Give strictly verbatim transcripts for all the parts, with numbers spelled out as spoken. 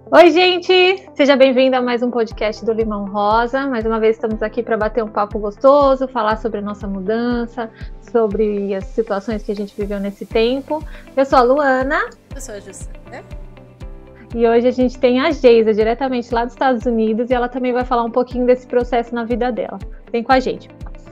Oi, gente! Seja bem-vindo a mais um podcast do Limão Rosa. Mais uma vez estamos aqui para bater um papo gostoso, falar sobre a nossa mudança, sobre as situações que a gente viveu nesse tempo. Eu sou a Luana. Eu sou a Jussara. E hoje a gente tem a Geisa, diretamente lá dos Estados Unidos, e ela também vai falar um pouquinho desse processo na vida dela. Vem com a gente.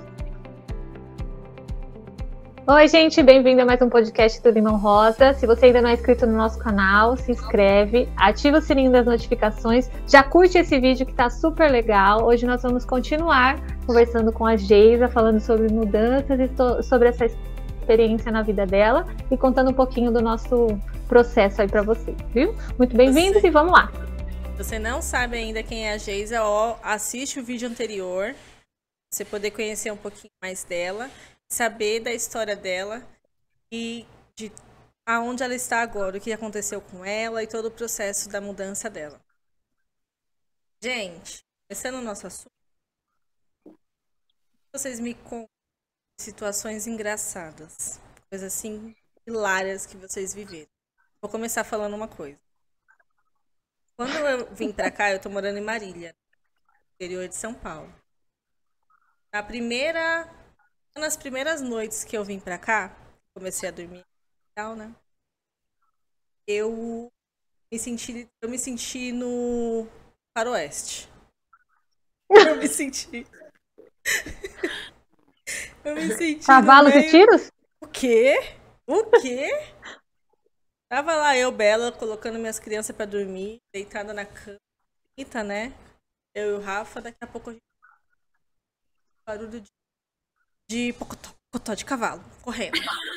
Oi, gente, bem-vindo a mais um podcast do Limão Rosa. Se você ainda não é inscrito no nosso canal, se inscreve, ativa o sininho das notificações, já curte esse vídeo que tá super legal. Hoje nós vamos continuar conversando com a Geisa, falando sobre mudanças e sobre essa experiência na vida dela e contando um pouquinho do nosso processo aí para vocês, viu? Muito bem-vindos e vamos lá. Se você não sabe ainda quem é a Geisa, ó, assiste o vídeo anterior, pra você poder conhecer um pouquinho mais dela, saber da história dela e de aonde ela está agora, o que aconteceu com ela e todo o processo da mudança dela. Gente, começando o nosso assunto, vocês me contam situações engraçadas, coisas assim hilárias que vocês viveram. Vou começar falando uma coisa. Quando eu vim pra cá, eu tô morando em Marília, no interior de São Paulo. Na primeira Nas primeiras noites que eu vim pra cá, comecei a dormir e tal, né? Eu me senti, eu me senti no faroeste. Eu me senti. Eu me senti. Cavalos meio... e tiros? O quê? O quê? Tava lá eu, Bela, colocando minhas crianças pra dormir, deitada na cama, bonita, né? Eu e o Rafa, daqui a pouco a gente... barulho de de pocotó, pocotó de cavalo, correndo.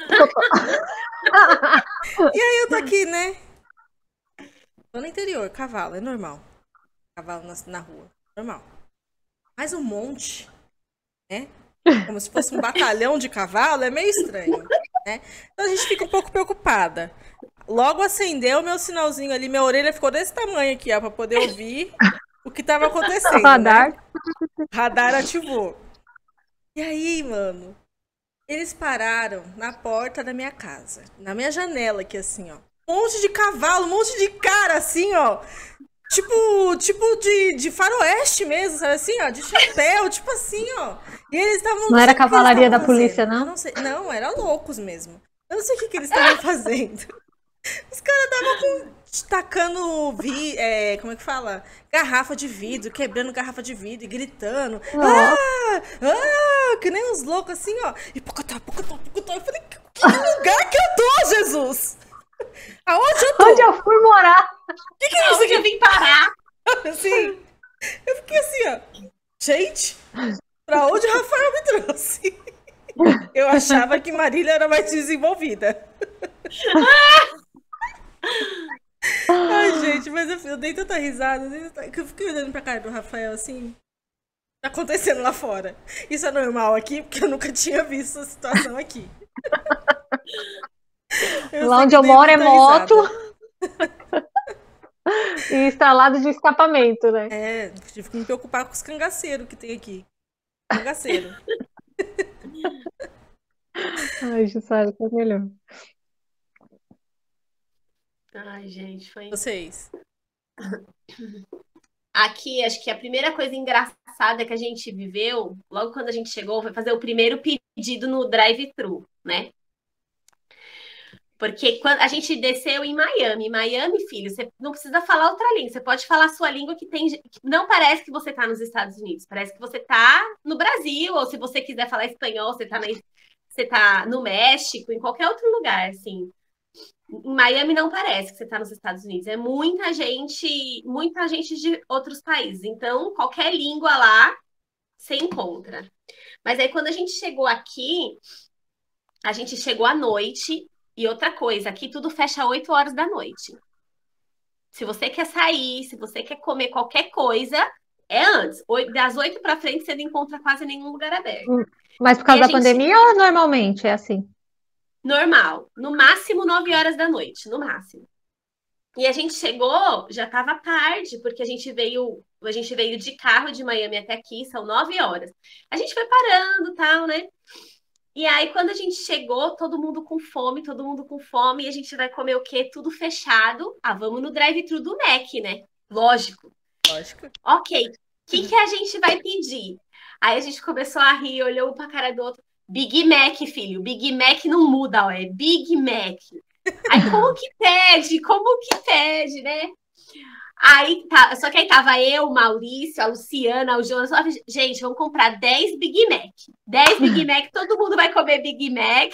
E aí eu tô aqui, né? Tô no interior, cavalo, é normal. Cavalo na, na rua, normal. Mas um monte, né? Como se fosse um batalhão de cavalo, é meio estranho, né? Então a gente fica um pouco preocupada. Logo acendeu o meu sinalzinho ali, minha orelha ficou desse tamanho aqui, ó, pra poder ouvir o que tava acontecendo, radar. Né? Radar ativou. E aí, mano, eles pararam na porta da minha casa, na minha janela aqui, assim, ó. Um monte de cavalo, um monte de cara, assim, ó. Tipo, tipo de, de faroeste mesmo, sabe assim, ó. De chapéu, tipo assim, ó. E eles estavam... Não era a cavalaria da polícia, não? Eu não sei, não, era loucos mesmo. Eu não sei o que, que eles estavam fazendo. Os caras estavam com... tacando, vi, é, como é que fala? Garrafa de vidro, quebrando garrafa de vidro e gritando. Oh. Ah! Ah! Que nem uns loucos assim, ó. E pocotó, pocotó, pocotó. Eu falei, que, que lugar que eu tô, Jesus? Aonde eu tô? Onde eu fui morar? Que que é isso que eu vim parar? Assim, eu fiquei assim, ó. Gente, pra onde o Rafael me trouxe? Eu achava que Marília era mais desenvolvida. Ai, gente, mas eu, eu dei tanta risada que eu fiquei olhando pra cara do Rafael assim. Tá acontecendo lá fora. Isso é normal aqui, porque eu nunca tinha visto essa situação aqui. Eu lá onde eu moro é moto. E estralado de escapamento, né? É, tive que me preocupar com os cangaceiros que tem aqui. Cangaceiro. Ai, Jussara, tá melhor. Ai, gente, foi... Vocês. Aqui, acho que a primeira coisa engraçada que a gente viveu, logo quando a gente chegou, foi fazer o primeiro pedido no drive-thru, né? Porque quando a gente desceu em Miami, Miami, filho, você não precisa falar outra língua, você pode falar a sua língua que tem... Não parece que você tá nos Estados Unidos, parece que você tá no Brasil, ou se você quiser falar espanhol, você tá, na... você tá no México, em qualquer outro lugar, assim. Em Miami não parece que você está nos Estados Unidos. É muita gente, muita gente de outros países. Então, qualquer língua lá, você encontra. Mas aí, quando a gente chegou aqui, a gente chegou à noite. E outra coisa, aqui tudo fecha oito horas da noite. Se você quer sair, se você quer comer qualquer coisa, é antes. Das oito para frente, você não encontra quase nenhum lugar aberto. Mas por causa da gente... pandemia ou normalmente é assim? Normal. No máximo nove horas da noite, no máximo. E a gente chegou, já estava tarde, porque a gente veio, a gente veio de carro de Miami até aqui, são nove horas. A gente foi parando, tal, né? E aí, quando a gente chegou, todo mundo com fome, todo mundo com fome, e a gente vai comer o quê? Tudo fechado. Ah, vamos no drive-thru do Mac, né? Lógico. Lógico. Ok, o que, que a gente vai pedir? Aí a gente começou a rir, olhou um pra cara do outro. Big Mac, filho. Big Mac não muda, ó, é Big Mac. Aí como que pede? Como que pede, né? Aí, tá, só que aí tava eu, o Maurício, a Luciana, o Jonas. Gente, vamos comprar dez Big Mac. dez Big Mac, todo mundo vai comer Big Mac.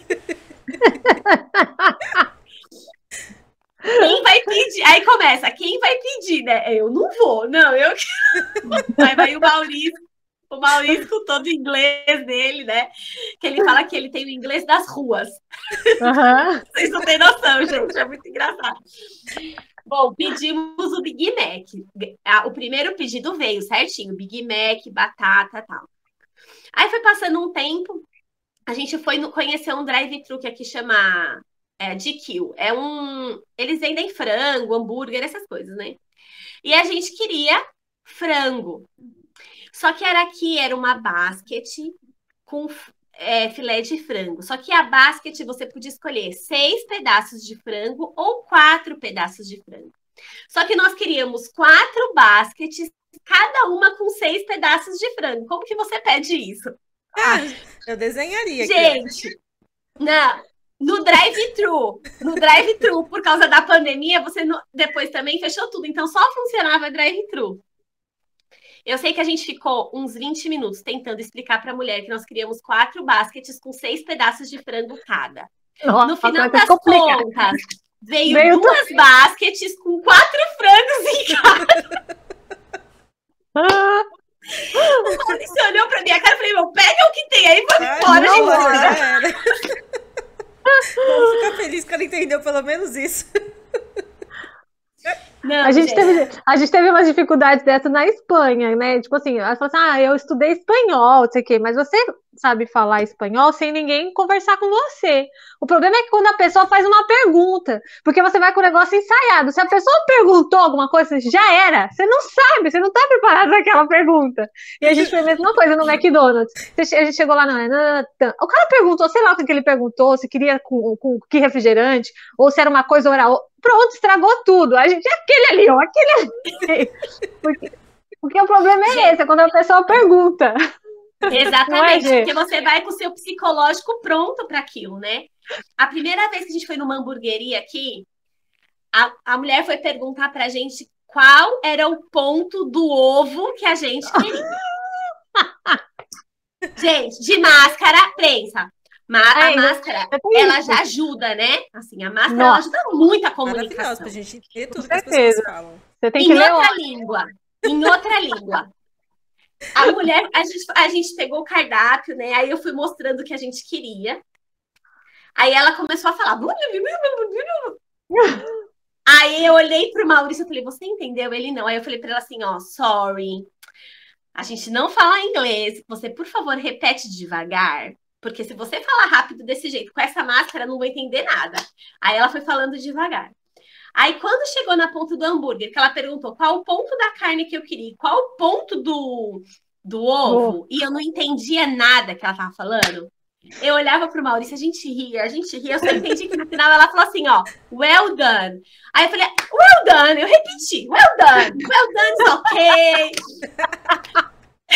Quem vai pedir? Aí começa, quem vai pedir, né? Eu não vou, não, eu Aí vai o Maurício, o Maurício com todo o inglês dele, né? Que ele fala que ele tem o inglês das ruas. Uhum. Vocês não têm noção, gente, é muito engraçado. Bom, pedimos o Big Mac. O primeiro pedido veio certinho, Big Mac, batata e tal. Aí foi passando um tempo, a gente foi no, conhecer um drive-thru que aqui chama é, G Q. É um... Eles vendem frango, hambúrguer, essas coisas, né? E a gente queria frango. Só que era aqui, era uma basket com é, filé de frango. Só que a basket você podia escolher seis pedaços de frango ou quatro pedaços de frango. Só que nós queríamos quatro baskets, cada uma com seis pedaços de frango. Como que você pede isso? Ah, eu desenharia. Gente, aqui. Não, no drive-thru, no drive-thru, por causa da pandemia, você não, depois também fechou tudo. Então só funcionava drive-thru. Eu sei que a gente ficou uns vinte minutos tentando explicar para a mulher que nós queríamos quatro baskets com seis pedaços de frango cada. Nossa, no final das complicado. Contas, veio, veio duas tô... baskets com quatro frangos em cada. Ah. O Maurício olhou pra minha cara e falei, meu, pega o que tem aí e vamos ah, embora, não, embora. Já era. Vou ficar feliz que ela entendeu pelo menos isso. Não, a, gente teve, a gente teve umas dificuldades dessa na Espanha, né? Tipo assim, ela falou assim, ah, eu estudei espanhol, não sei o quê, mas você sabe falar espanhol sem ninguém conversar com você. O problema é que quando a pessoa faz uma pergunta, porque você vai com o negócio ensaiado, se a pessoa perguntou alguma coisa, já era, você não sabe, você não tá preparado para aquela pergunta. E a gente fez a mesma coisa no McDonald's. A gente chegou lá, não, o cara perguntou, sei lá o que ele perguntou, se queria com, com que refrigerante, ou se era uma coisa oral. Pronto, estragou tudo. A gente, aquele ali, ó, aquele ali. Porque, porque o problema é esse, é quando a pessoa pergunta. Exatamente, é, porque você vai com o seu psicológico pronto para aquilo, né? A primeira vez que a gente foi numa hamburgueria aqui, a, a mulher foi perguntar pra gente qual era o ponto do ovo que a gente queria. Gente, de máscara, prensa. Ma a Ai, máscara, ela já ajuda, né? Assim, a máscara ela ajuda muito a comunicação. Pra gente entender tudo que as pessoas falam. Você tem em que outra ler língua. Em outra língua. A mulher, a gente, a gente pegou o cardápio, né? Aí eu fui mostrando o que a gente queria. Aí ela começou a falar. Aí eu olhei pro Maurício e falei, você entendeu? Ele não. Aí eu falei pra ela assim, ó, sorry. A gente não fala inglês. Você, por favor, repete devagar. Porque se você falar rápido desse jeito, com essa máscara, eu não vou entender nada. Aí ela foi falando devagar. Aí quando chegou na ponta do hambúrguer, que ela perguntou qual o ponto da carne que eu queria, qual o ponto do, do ovo, oh. e eu não entendia nada que ela tava falando, eu olhava pro Maurício, a gente ria, a gente ria, eu só entendi que no final ela falou assim, ó, well done. Aí eu falei, well done, eu repeti, well done, well done is ok.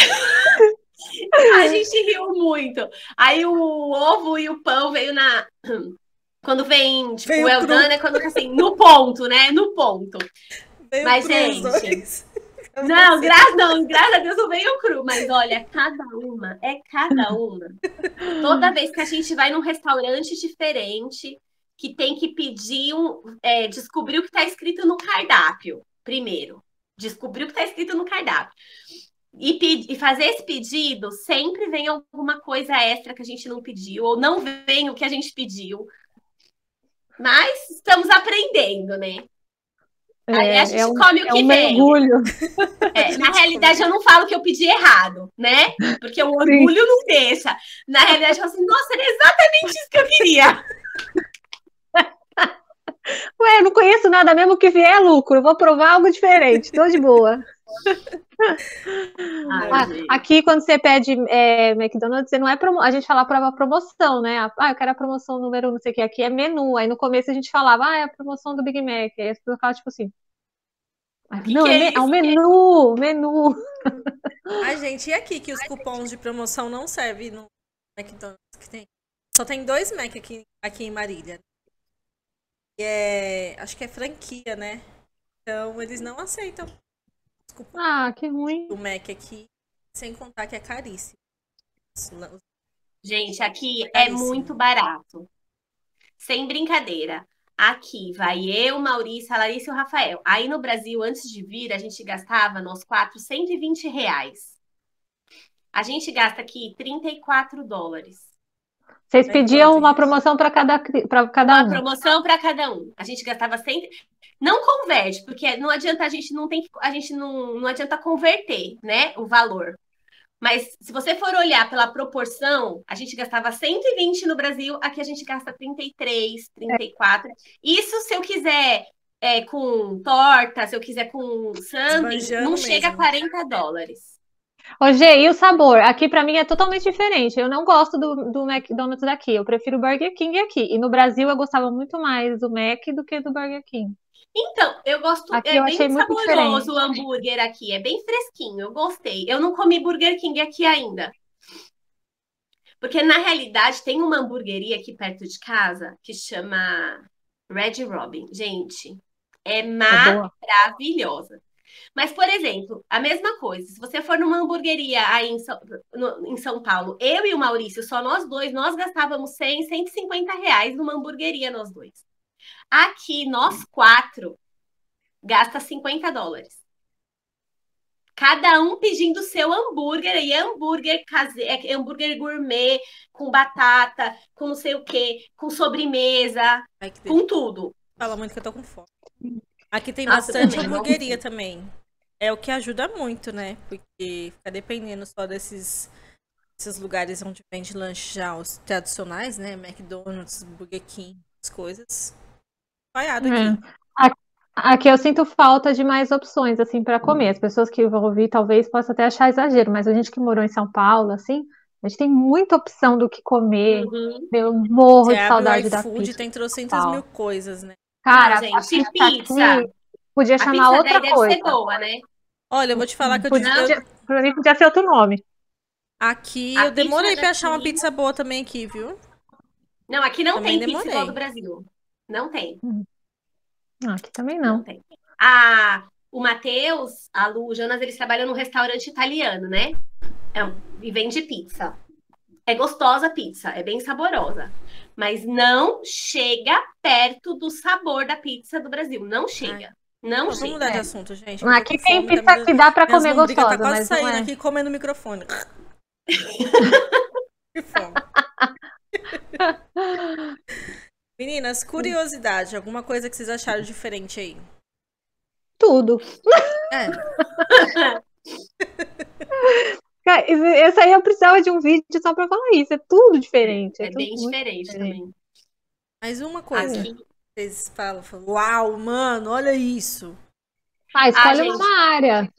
A gente riu muito. Aí o ovo e o pão veio na... Quando vem, tipo, veio well done, é quando assim, no ponto, né? No ponto. Veio mas, gente... Não, gra... não, graças a Deus não veio cru. Mas, olha, cada uma, é cada uma. Toda vez que a gente vai num restaurante diferente, que tem que pedir um... É, descobrir o que está escrito no cardápio, primeiro. Descobrir o que está escrito no cardápio. E, e fazer esse pedido, sempre vem alguma coisa extra que a gente não pediu, ou não vem o que a gente pediu. Mas estamos aprendendo, né? É, Aí a gente é um, come o que é um vem. Mergulho. É, na realidade, eu não falo que eu pedi errado, né? Porque o orgulho não deixa. Na realidade, eu falo assim, nossa, era exatamente isso que eu queria. Ué, eu não conheço nada, mesmo que vier lucro. Eu vou provar algo diferente, tô de boa. Ai, Ah, gente. aqui, quando você pede é, McDonald's, você não é promo... a gente fala para promoção, né? Ah, eu quero a promoção número não sei o que, aqui é menu. Aí no começo a gente falava, ah, é a promoção do Big Mac. Aí as pessoas falavam, tipo assim, O que não, que é, é me... é um isso? menu, menu. Ai, gente, e aqui que os cupons de promoção não servem no McDonald's que tem? Só tem dois Mac aqui, aqui em Marília. E é, acho que é franquia, né? Então eles não aceitam os cupons Ah, que ruim. do Mac aqui, sem contar que é caríssimo. Gente, aqui é Caríssimo. muito barato. Sem brincadeira. Aqui vai eu, Maurício, a Larissa e o Rafael. Aí no Brasil, antes de vir, a gente gastava, nós quatro, cento e vinte reais. A gente gasta aqui trinta e quatro dólares. Vocês É pediam quanto, uma gente? promoção para cada, para cada Uma um. promoção para cada um. A gente gastava cem. Não converte, porque não adianta a gente não tem que- a gente não, não adianta converter, né, o valor. Mas se você for olhar pela proporção, a gente gastava cento e vinte no Brasil, aqui a gente gasta trinta e três, trinta e quatro. Isso se eu quiser é, com torta, se eu quiser com sanduíche, Esbanjando não chega a mesmo. quarenta dólares. Ô, Gê, e o sabor? Aqui pra mim é totalmente diferente. Eu não gosto do, do McDonald's daqui. Eu prefiro o Burger King aqui. E no Brasil eu gostava muito mais do Mac do que do Burger King. Então, eu gosto, Aqui é eu achei bem muito diferente. saboroso o hambúrguer aqui, é bem fresquinho, eu gostei. Eu não comi Burger King aqui ainda. Porque na realidade tem uma hamburgueria aqui perto de casa que chama Red Robin. Gente, é É boa. maravilhosa. Mas, por exemplo, a mesma coisa, se você for numa hamburgueria aí em São, no- em São Paulo, eu e o Maurício, só nós dois, nós gastávamos cem, cento e cinquenta reais numa hamburgueria, nós dois. Aqui, nós quatro, gasta cinquenta dólares. Cada um pedindo seu hambúrguer, e hambúrguer caseiro, é hambúrguer gourmet, com batata, com não sei o quê, com sobremesa, Ai, que com delícia. tudo. Fala muito que eu tô com fome. Aqui tem Nossa, bastante também, hamburgueria também. É o que ajuda muito, né? Porque fica dependendo só desses, desses lugares onde vende lanche já os tradicionais, né? McDonald's, Burger King, as coisas. Falhado É. aqui. A- Aqui eu sinto falta de mais opções, assim, para comer. As pessoas que vão ouvir talvez possam até achar exagero, mas a gente que morou em São Paulo, assim, a gente tem muita opção do que comer. Uhum. Eu morro Você de abre o saudade da iFood e pizza tem de São trocentas mil Paulo. coisas, né? Não, Cara, a gente, pizza pizza. aqui podia A chamar pizza daí outra deve coisa. ser boa, né? Olha, eu vou te falar que eu, Podia, eu- pra mim podia ser outro nome. aqui A eu demorei pizza pra achar uma daqui- pizza boa também aqui, viu? Não, aqui não Também tem pizza igual demorei. do Brasil. Não tem, Ah, aqui também não não. tem. A, o Matheus, a Lu, o Jonas, eles trabalham num restaurante italiano, né? É um- e vende pizza. É gostosa a pizza, é bem saborosa. Mas não chega perto do sabor da pizza do Brasil. Não chega. Não Pô, vamos chega. mudar de É. assunto, gente. que eu tô Aqui com tem fome, tá me pizza dando- que dá pra Minhas comer lombrigas tá gostosa, quase mas não saindo é. aqui comendo o microfone. Que fome. Meninas, curiosidade. Alguma coisa que vocês acharam diferente aí? Tudo. É, Cara, esse esse aí eu precisava de um vídeo só pra falar isso. É tudo diferente. É, É tudo bem muito diferente diferente. também. mais uma coisa. Aqui. Vocês falam, falam, uau, mano, olha isso. Ah, escolhe gente. uma área.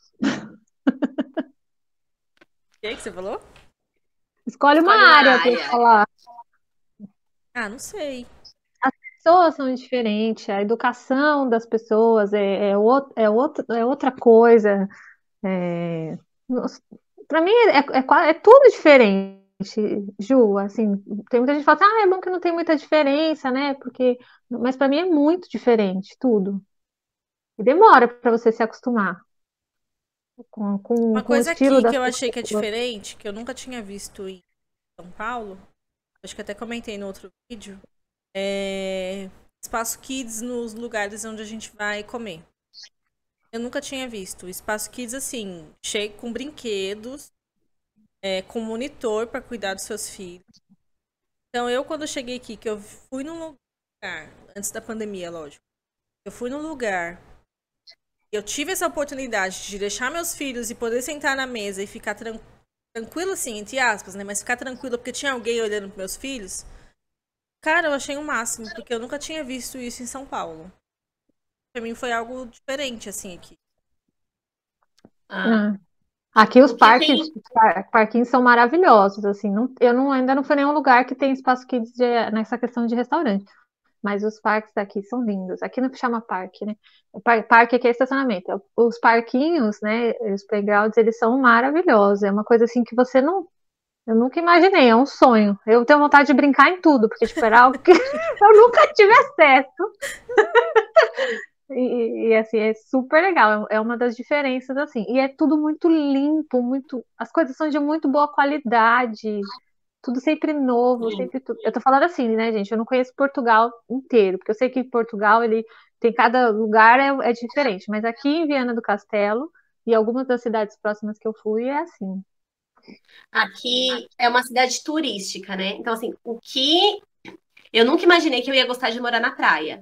O que, que você falou? Escolhe uma Escolhe uma área pra eu área. falar. Ah, não sei. As pessoas são diferentes, a educação das pessoas é, é, outro, é, outro, é outra coisa. É, para mim é, é, qua- é tudo diferente, Ju. Assim, tem muita gente que fala assim, ah, é bom que não tem muita diferença, né? Porque, mas para mim é muito diferente, tudo. E demora para você se acostumar com, com, Uma com o coisa estilo aqui que das eu achei que é pessoas. diferente, que eu nunca tinha visto em São Paulo, acho que até comentei no outro vídeo, é espaço kids nos lugares onde a gente vai comer. Eu nunca tinha visto. Espaço kids, assim, cheio com brinquedos, é, com monitor para cuidar dos seus filhos. Então, eu, quando eu cheguei aqui, que eu fui num lugar, antes da pandemia, lógico, eu fui num lugar, eu tive essa oportunidade de deixar meus filhos e poder sentar na mesa e ficar tran tranquilo, assim, entre aspas, né? Mas ficar tranquilo porque tinha alguém olhando pros meus filhos. Cara, eu achei o máximo, porque eu nunca tinha visto isso em São Paulo. Pra mim foi algo diferente, assim, aqui. Ah. Aqui os Porque parques, tem. par- parquinhos são maravilhosos, assim, não- eu não, ainda não fui em nenhum lugar que tem espaço kids de- nessa questão de restaurante, mas os parques daqui são lindos. Aqui não chama parque, né? O par- parque aqui é estacionamento. Os parquinhos, né, os playgrounds, eles são maravilhosos. É uma coisa assim que você não, eu nunca imaginei, é um sonho. Eu tenho vontade de brincar em tudo, porque tipo, era algo que eu nunca tive acesso. E, e, assim, é super legal, é uma das diferenças, assim, e é tudo muito limpo, muito, as coisas são de muito boa qualidade, tudo sempre novo, Sim. sempre tudo. Eu tô falando assim, né, gente? Eu não conheço Portugal inteiro, porque eu sei que Portugal, ele tem cada lugar é, é diferente, mas aqui em Viana do Castelo e algumas das cidades próximas que eu fui é assim. Aqui é uma cidade turística, né? Então, assim, o que eu nunca imaginei que eu ia gostar de morar na praia.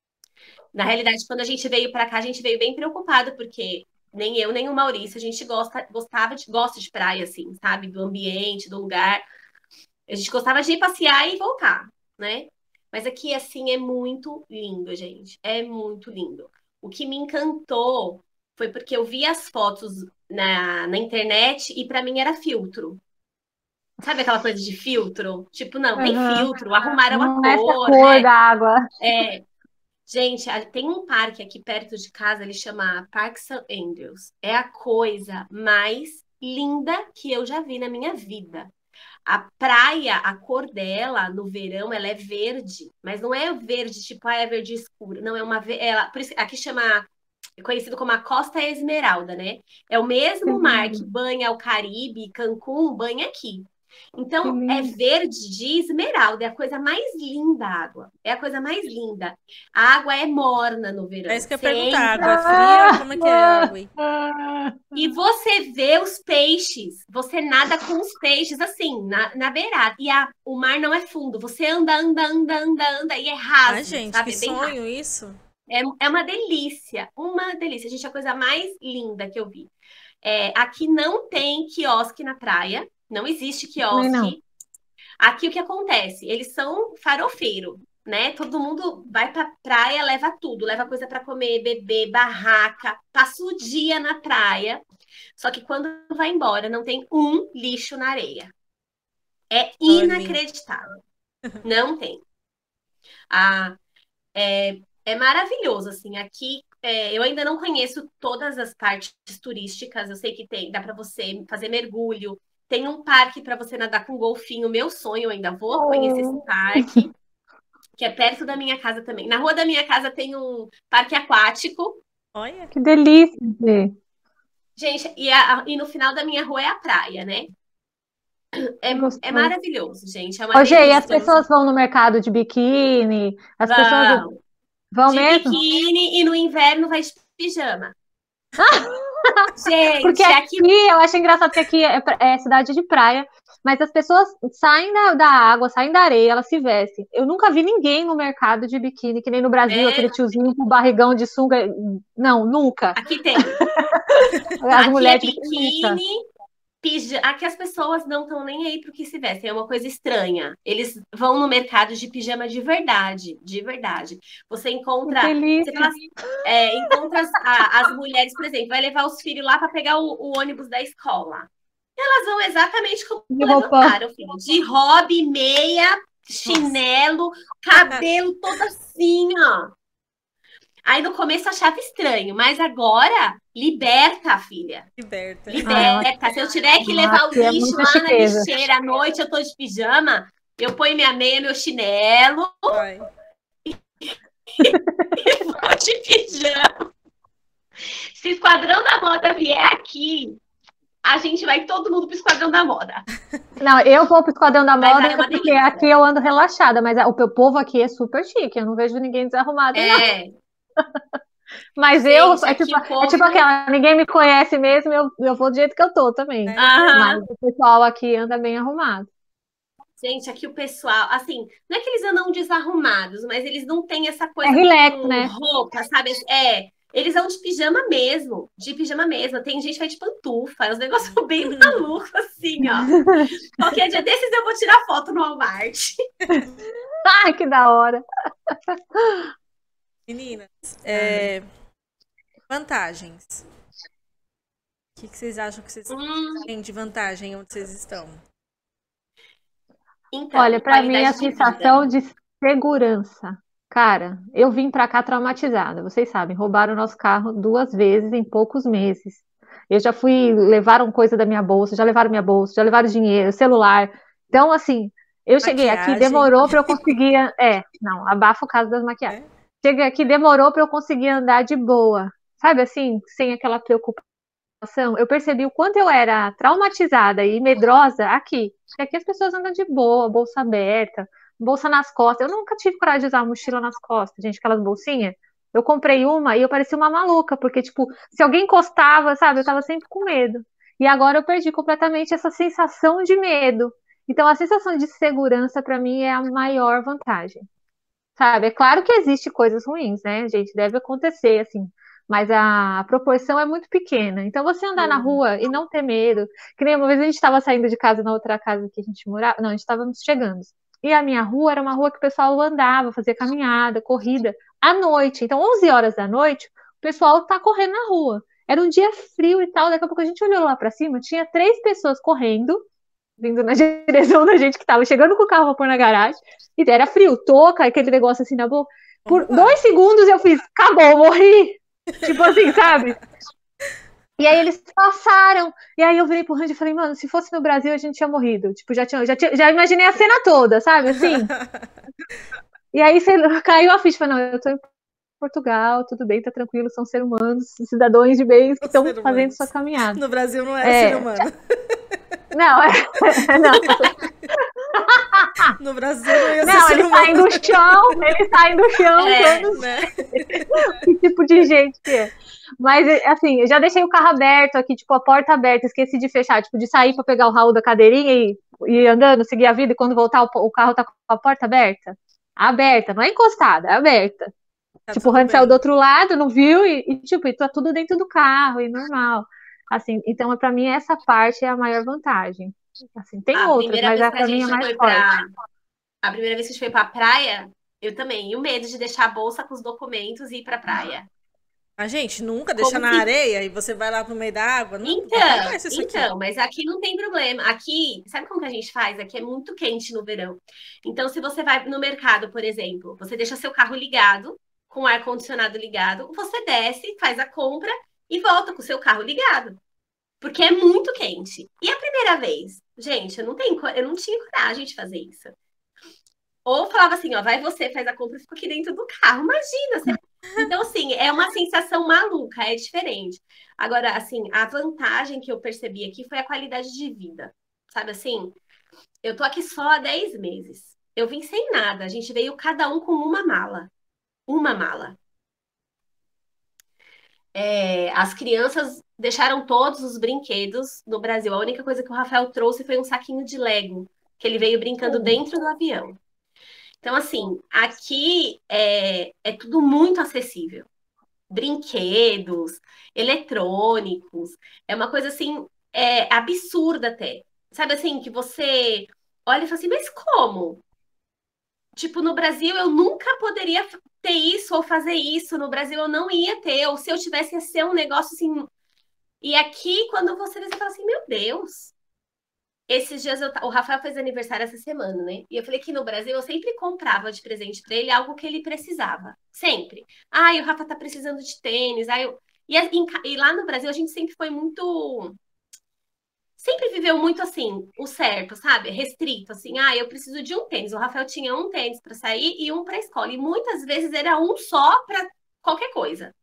Na realidade, quando a gente veio pra cá, a gente veio bem preocupado, porque nem eu, nem o Maurício, a gente gosta, gostava de, gosta de praia, assim, sabe? Do ambiente, do lugar. A gente gostava de ir passear e voltar, né? Mas aqui, assim, é muito lindo, gente. É muito lindo. O que me encantou foi porque eu vi as fotos na, na internet e pra mim era filtro. Sabe aquela coisa de filtro? Tipo, não, tem Aham. filtro, arrumaram a Não é essa cor, cor né? da água. É, gente, a- tem um parque aqui perto de casa, ele chama Parque Saint Andrews. É a coisa mais linda que eu já vi na minha vida. A praia, a cor dela no verão, ela é verde, mas não é verde tipo, ah, é verde escuro. Não, é uma ve- ela, por isso aqui chama é conhecido como a Costa Esmeralda, né? É o Que mesmo mar que lindo, banha o Caribe, Cancún, banha aqui. que Então, é lindo. verde de esmeralda, é a coisa mais linda a água. É a coisa mais linda. A água é morna no É verão. isso que eu ia Você perguntar. A entra água é fria? Ah, Como é que é a água aí? ah, e você vê os peixes. Você nada com os peixes assim, na, na beirada. E a, o mar não é fundo. Você anda, anda, anda, anda, anda e é Ai, raso, gente, que sabe? É bem raso. sonho isso. É, é uma delícia, uma delícia. Gente, é a coisa mais linda que eu vi. É, aqui não tem quiosque na praia, não existe também não. quiosque. Aqui o que acontece? Eles são farofeiro, né? Todo mundo vai pra praia, leva tudo, leva coisa para comer, beber, barraca, passa o dia na praia. Só que quando vai embora, não tem um lixo na areia. É Dorme. inacreditável. Não tem. Ah, é, é maravilhoso, assim. Aqui é, eu ainda não conheço todas as partes turísticas. Eu sei que tem, dá para você fazer mergulho. Tem um parque para você nadar com golfinho. Meu sonho, eu ainda vou conhecer esse Oh, parque, que é perto da minha casa também. Na rua da minha casa tem um parque aquático. Olha, que delícia, Fê. Gente, e, a- e no final da minha rua é a praia, né? Que É, é gostoso. maravilhoso, gente. É uma Ô, Gê, e as delícia quando você pessoas vão no mercado de biquíni? As pessoas vão vão de mesmo? biquíni e no inverno vai de pijama. Porque Gente, aqui aqui, eu acho engraçado que aqui é, pra- é cidade de praia, mas as pessoas saem da, da água, saem da areia, elas se vestem. Eu nunca vi ninguém no mercado de biquíni, que nem no Brasil, é, aquele tiozinho com barrigão de sunga. Não, nunca. aqui tem. As Aqui é mulheres de biquíni. biquíni, pijama. Aqui as pessoas não estão nem aí pro que se vestem. É uma coisa estranha. Eles vão no mercado de pijama de verdade, de verdade. Você Que encontra, você delícia. fala, assim, é, encontra as, a- as mulheres, por exemplo, vai levar os filhos lá para pegar o, o ônibus da escola. Elas vão exatamente como De roupa. levantaram, filho. De hobby, meia, nossa, chinelo, cabelo todo assim, ó. Aí no começo eu achava estranho, mas agora liberta, filha. liberta. Ah, eu acho Liberta. Se eu tiver que ah, levar o aqui é lixo muita lá na chiqueza. lixeira à noite, eu tô de pijama, eu ponho minha meia, meu chinelo, Vai. e vou de pijama. Se o Esquadrão da Moda vier aqui, a gente vai todo mundo pro Esquadrão da Moda. Não, eu vou pro Esquadrão da Mas Moda aí é uma porque delícia. aqui eu ando relaxada, mas o meu povo aqui é super chique, eu não vejo ninguém desarrumado, não. É, Mas eu, gente, é aqui tipo, o é tipo povo. aquela, ninguém me conhece mesmo, eu, eu vou do jeito que eu tô também. É, Mas Aham. o pessoal aqui anda bem arrumado. Gente, aqui o pessoal, assim, não é que eles andam desarrumados, mas eles não têm essa É coisa relax, com né? roupa, sabe? É, eles vão de pijama mesmo, de pijama mesmo. Tem gente que vai de pantufa, é uns negócios bem malucos, assim, ó. Qualquer dia desses eu vou tirar foto no Walmart. Ai, que da hora. Meninas, é, vantagens. que, que vocês acham que vocês Hum, têm de vantagem onde vocês estão? então, Olha, para mim a qualidade de vida. sensação de segurança. Cara, eu vim para cá traumatizada. Vocês sabem, roubaram o nosso carro duas vezes em poucos meses. Eu já fui, levaram coisa da minha bolsa, já levaram minha bolsa, já levaram dinheiro, celular. Então, assim, eu cheguei aqui, Maquiagem, demorou para eu conseguir. É, não, abafa o caso das maquiagens. né? Cheguei aqui, demorou para eu conseguir andar de boa. Sabe assim, sem aquela preocupação. Eu percebi o quanto eu era traumatizada e medrosa aqui. Porque aqui as pessoas andam de boa, bolsa aberta, bolsa nas costas. Eu nunca tive coragem de usar uma mochila nas costas, gente, aquelas bolsinhas. Eu comprei uma e eu parecia uma maluca, porque, tipo, se alguém encostava, sabe, eu tava sempre com medo. E agora eu perdi completamente essa sensação de medo. Então, a sensação de segurança, para mim, é a maior vantagem. Sabe? É claro que existe coisas ruins, né, gente? Deve acontecer, assim. Mas a proporção é muito pequena. Então, você andar na Sim. rua e não ter medo. Que nem uma vez a gente estava saindo de casa na outra casa que a gente morava. Não, a gente estávamos chegando. E a minha rua era uma rua que o pessoal andava, fazia caminhada, corrida, à noite. Então, onze horas da noite, o pessoal tá correndo na rua. Era um dia frio e tal. Daqui a pouco a gente olhou lá para cima, tinha três pessoas correndo vindo na direção da gente que tava chegando com o carro pra pôr na garagem. E era frio, touca, aquele negócio assim na boca. Por Vamos lá. dois segundos eu fiz, acabou, morri. Tipo assim, sabe? E aí eles passaram. E aí eu virei pro Randy e falei, mano, se fosse no Brasil a gente tinha morrido. Tipo, já, tinha, já, tinha, já imaginei a cena toda, sabe? Assim. E aí você, caiu a ficha. Falei, não, eu tô em Portugal, tudo bem, tá tranquilo, são seres humanos, cidadãos de bens que Os estão seres fazendo humanos. sua caminhada. No Brasil não é, É. ser humano. Não, é, não. No Brasil não ia ser Não, ser eles humano. saem do chão, eles saem do chão, É. todos Né? que tipo de gente que é. Mas, assim, eu já deixei o carro aberto aqui, tipo, a porta aberta, esqueci de fechar, tipo, de sair pra pegar o Raul da cadeirinha e e ir andando, seguir a vida, e quando voltar o, o carro tá com a porta aberta. Aberta, não é encostada, é aberta. Tá Tipo, o tudo Hans saiu do bem. outro lado, não viu, e, e, tipo, e tá tudo dentro do carro, e normal. Assim, então, pra mim, essa parte é a maior vantagem. Assim, tem A outras, primeira mas vez essa que a pra mim é gente mais foi forte. pra. A primeira vez que a gente foi pra praia, eu também. E o medo de deixar a bolsa com os documentos e ir pra praia. A gente nunca deixa Como na se. areia e você vai lá pro meio da água. Não, não Então, acontece isso aqui. então, mas aqui não tem problema. Aqui, sabe como que a gente faz? Aqui é muito quente no verão. Então, se você vai no mercado, por exemplo, você deixa seu carro ligado, com o ar-condicionado ligado, você desce, faz a compra e volta com o seu carro ligado. Porque é muito quente. E a primeira vez? Gente, eu não tenho, co- eu não tinha coragem de fazer isso. Ou falava assim, ó, vai você, faz a compra e fica aqui dentro do carro. Imagina, você... Então, assim, é uma sensação maluca, é diferente. Agora, assim, a vantagem que eu percebi aqui foi a qualidade de vida. Sabe assim? Eu tô aqui só há dez meses. Eu vim sem nada. A gente veio cada um com uma mala. Uma mala. É, as crianças deixaram todos os brinquedos no Brasil. A única coisa que o Rafael trouxe foi um saquinho de Lego, que ele veio brincando dentro do avião. Então, assim, aqui é, é tudo muito acessível. Brinquedos, eletrônicos, é uma coisa assim, é, absurda até. Sabe assim, que você olha e fala assim, mas como? Tipo, no Brasil eu nunca poderia ter isso ou fazer isso. No Brasil eu não ia ter, ou se eu tivesse ia ser um negócio assim. E aqui, quando você vê, você fala assim, meu Deus. Esses dias eu, ta- o Rafael fez aniversário essa semana, né? E eu falei que no Brasil eu sempre comprava de presente pra ele algo que ele precisava. Sempre. Ai, o Rafa tá precisando de tênis. Ai, eu... e, a- em ca- e lá no Brasil a gente sempre foi muito. Sempre viveu muito assim, o certo, sabe? Restrito, assim. Ah, eu preciso de um tênis. O Rafael tinha um tênis pra sair e um pra escola. E muitas vezes era um só pra qualquer coisa.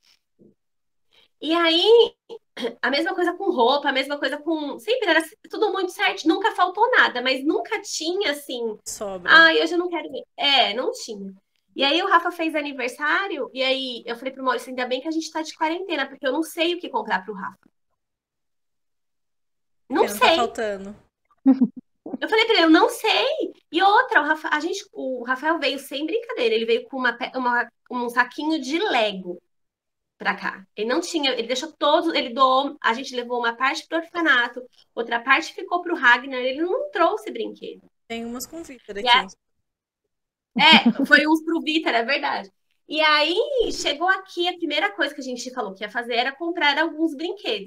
E aí, a mesma coisa com roupa, a mesma coisa com. Sempre era tudo muito certo, nunca faltou nada, mas nunca tinha assim. Sobra. Ah, hoje eu não quero ver. É, não tinha. E aí o Rafa fez aniversário, e aí eu falei pro Maurício, ainda bem que a gente tá de quarentena, porque eu não sei o que comprar pro Rafa. Não Porque não tá sei. faltando. Eu falei pra ele, eu não sei. E outra, o, Rafa, a gente, o Rafael veio sem brincadeira, ele veio com uma, pe- uma- um saquinho de Lego pra cá. Ele não tinha, ele deixou todos, ele doou, a gente levou uma parte pro orfanato, outra parte ficou pro Ragnar, ele não trouxe brinquedo. Tem umas com Vitor E a- aqui. é, foi uns pro Vitor, é verdade. E aí, chegou aqui, a primeira coisa que a gente falou que ia fazer era comprar alguns brinquedos.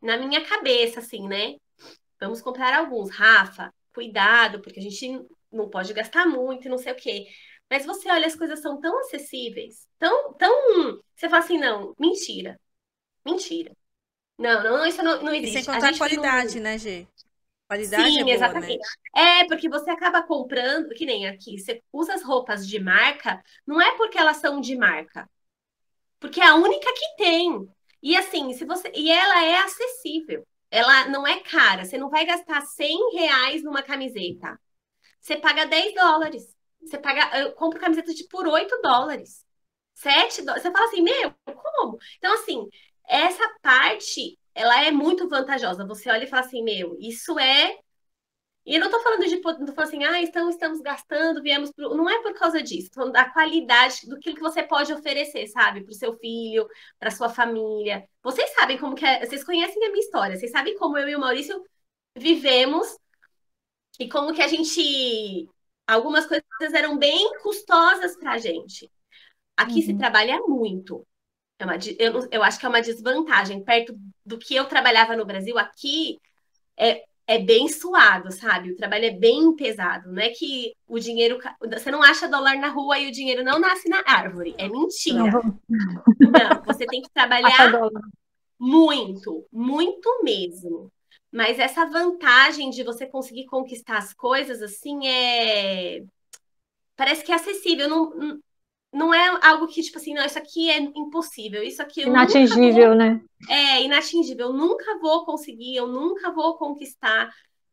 na minha cabeça, assim, né? Vamos comprar alguns. Rafa, cuidado, porque a gente não pode gastar muito e não sei o quê. Mas você olha, as coisas são tão acessíveis, tão, tão. Você fala assim, não, mentira, mentira. Não, não, isso não, não E sem existe. A contar a gente foi num- qualidade, né, Gê? Qualidade é Sim, boa, né? exatamente. É, porque você acaba comprando, que nem aqui, você usa as roupas de marca, não é porque elas são de marca, porque é a única que tem. E assim, se você. E ela é acessível. Ela não é cara. Você não vai gastar cem reais numa camiseta. Você paga dez dólares. Você paga. Eu compro camiseta de por oito dólares. Sete dólares. Você fala assim, meu, como? Então, assim, essa parte, ela é muito vantajosa. Você olha e fala assim, meu, isso é. E eu não tô falando de, não tô falando assim, ah, então estamos gastando, viemos pro... Não é por causa disso, tô falando da qualidade do que você pode oferecer, sabe? Pro seu filho, pra sua família. Vocês sabem como que é, vocês conhecem a minha história, vocês sabem como eu e o Maurício vivemos e como que a gente... Algumas coisas eram bem custosas pra gente. Aqui se Uhum. trabalha muito. É uma, de- eu, não- eu acho que é uma desvantagem. Perto do que eu trabalhava no Brasil, aqui é, é bem suado, sabe? O trabalho é bem pesado. Não é que o dinheiro. ca- Você não acha dólar na rua e o dinheiro não nasce na árvore. É Não mentira. vamos Não, você tem que achar trabalhar dólar. muito, muito mesmo. Mas essa vantagem de você conseguir conquistar as coisas assim é. Parece que é acessível. Não, não é algo que, tipo assim, não, isso aqui é impossível, isso aqui eu nunca Inatingível, vou. né? É inatingível, eu nunca vou conseguir, eu nunca vou conquistar.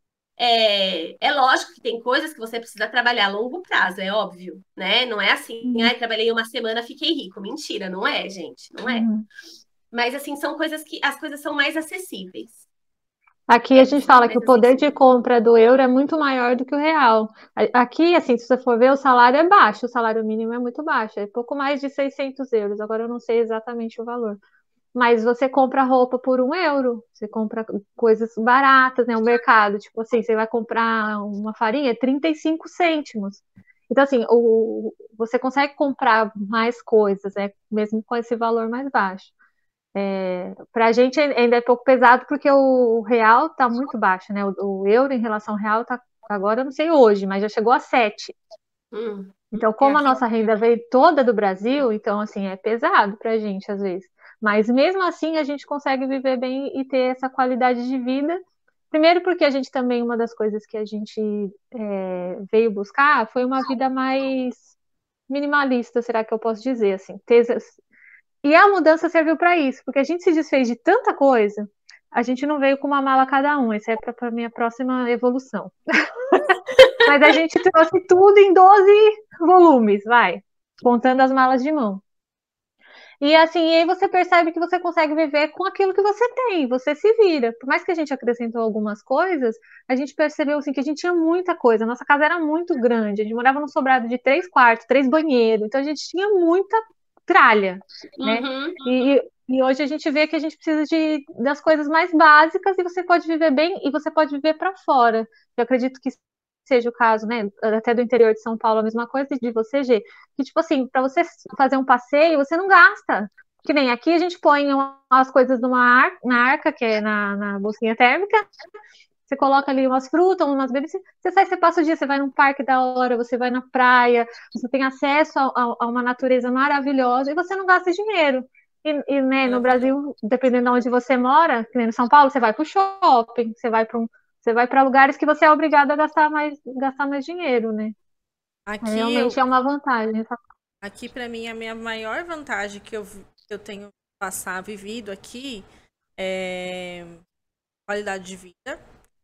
É, é lógico que tem coisas que você precisa trabalhar a longo prazo, é óbvio, né? Não é assim, Uhum. ai, trabalhei uma semana, fiquei rico. Mentira, não é, gente, não é. Uhum. Mas assim, são coisas que as coisas são mais acessíveis. Aqui a É gente bem fala que mais o poder de acessível. compra do euro é muito maior do que o real. A- Aqui, assim, se você for ver, o salário é baixo, o salário mínimo é muito baixo, é pouco mais de seiscentos euros. Agora eu não sei exatamente o valor. Mas você compra roupa por um euro, você compra coisas baratas, né? O mercado, tipo assim, você vai comprar uma farinha, trinta e cinco cêntimos. Então, assim, o, você consegue comprar mais coisas, né? Mesmo com esse valor mais baixo. Para a gente ainda é pouco pesado porque o real está muito baixo, né? O, o euro em relação ao real está agora, eu não sei hoje, mas já chegou a sete. Hum, Então, É, como a aqui, nossa renda veio toda do Brasil, então assim é pesado para a gente às vezes. Mas mesmo assim a gente consegue viver bem e ter essa qualidade de vida. Primeiro porque a gente também, uma das coisas que a gente é, veio buscar foi uma vida mais minimalista, será que eu posso dizer assim? Ter, e a mudança serviu para isso, porque a gente se desfez de tanta coisa, a gente não veio com uma mala cada um, essa é para a minha próxima evolução. Mas a gente trouxe tudo em doze volumes, vai, contando as malas de mão. E assim, e aí você percebe que você consegue viver com aquilo que você tem, você se vira. Por mais que a gente acrescentou algumas coisas, a gente percebeu assim, que a gente tinha muita coisa. Nossa casa era muito grande, a gente morava num sobrado de três quartos, três banheiros, então a gente tinha muita tralha, né? uhum. E, e hoje a gente vê que a gente precisa de, das coisas mais básicas e você pode viver bem e você pode viver para fora. Eu acredito que seja o caso, né? Até do interior de São Paulo, a mesma coisa de você, G. Que, tipo assim, para você fazer um passeio, você não gasta. Que nem aqui a gente põe as coisas numa ar, na arca, que é na, na bolsinha térmica, você coloca ali umas frutas, umas bebidas, você sai, você passa o dia, você vai num parque da hora, você vai na praia, você tem acesso a, a, a uma natureza maravilhosa e você não gasta dinheiro. E, e né, no maravilhoso. Brasil, dependendo de onde você mora, que nem no São Paulo, você vai para o shopping, você vai para um, você vai para lugares que você é obrigado a gastar mais, gastar mais dinheiro, né? Aqui, eu, Realmente é uma vantagem. aqui para mim, a minha maior vantagem que eu, que eu tenho passar, vivido aqui é qualidade de vida,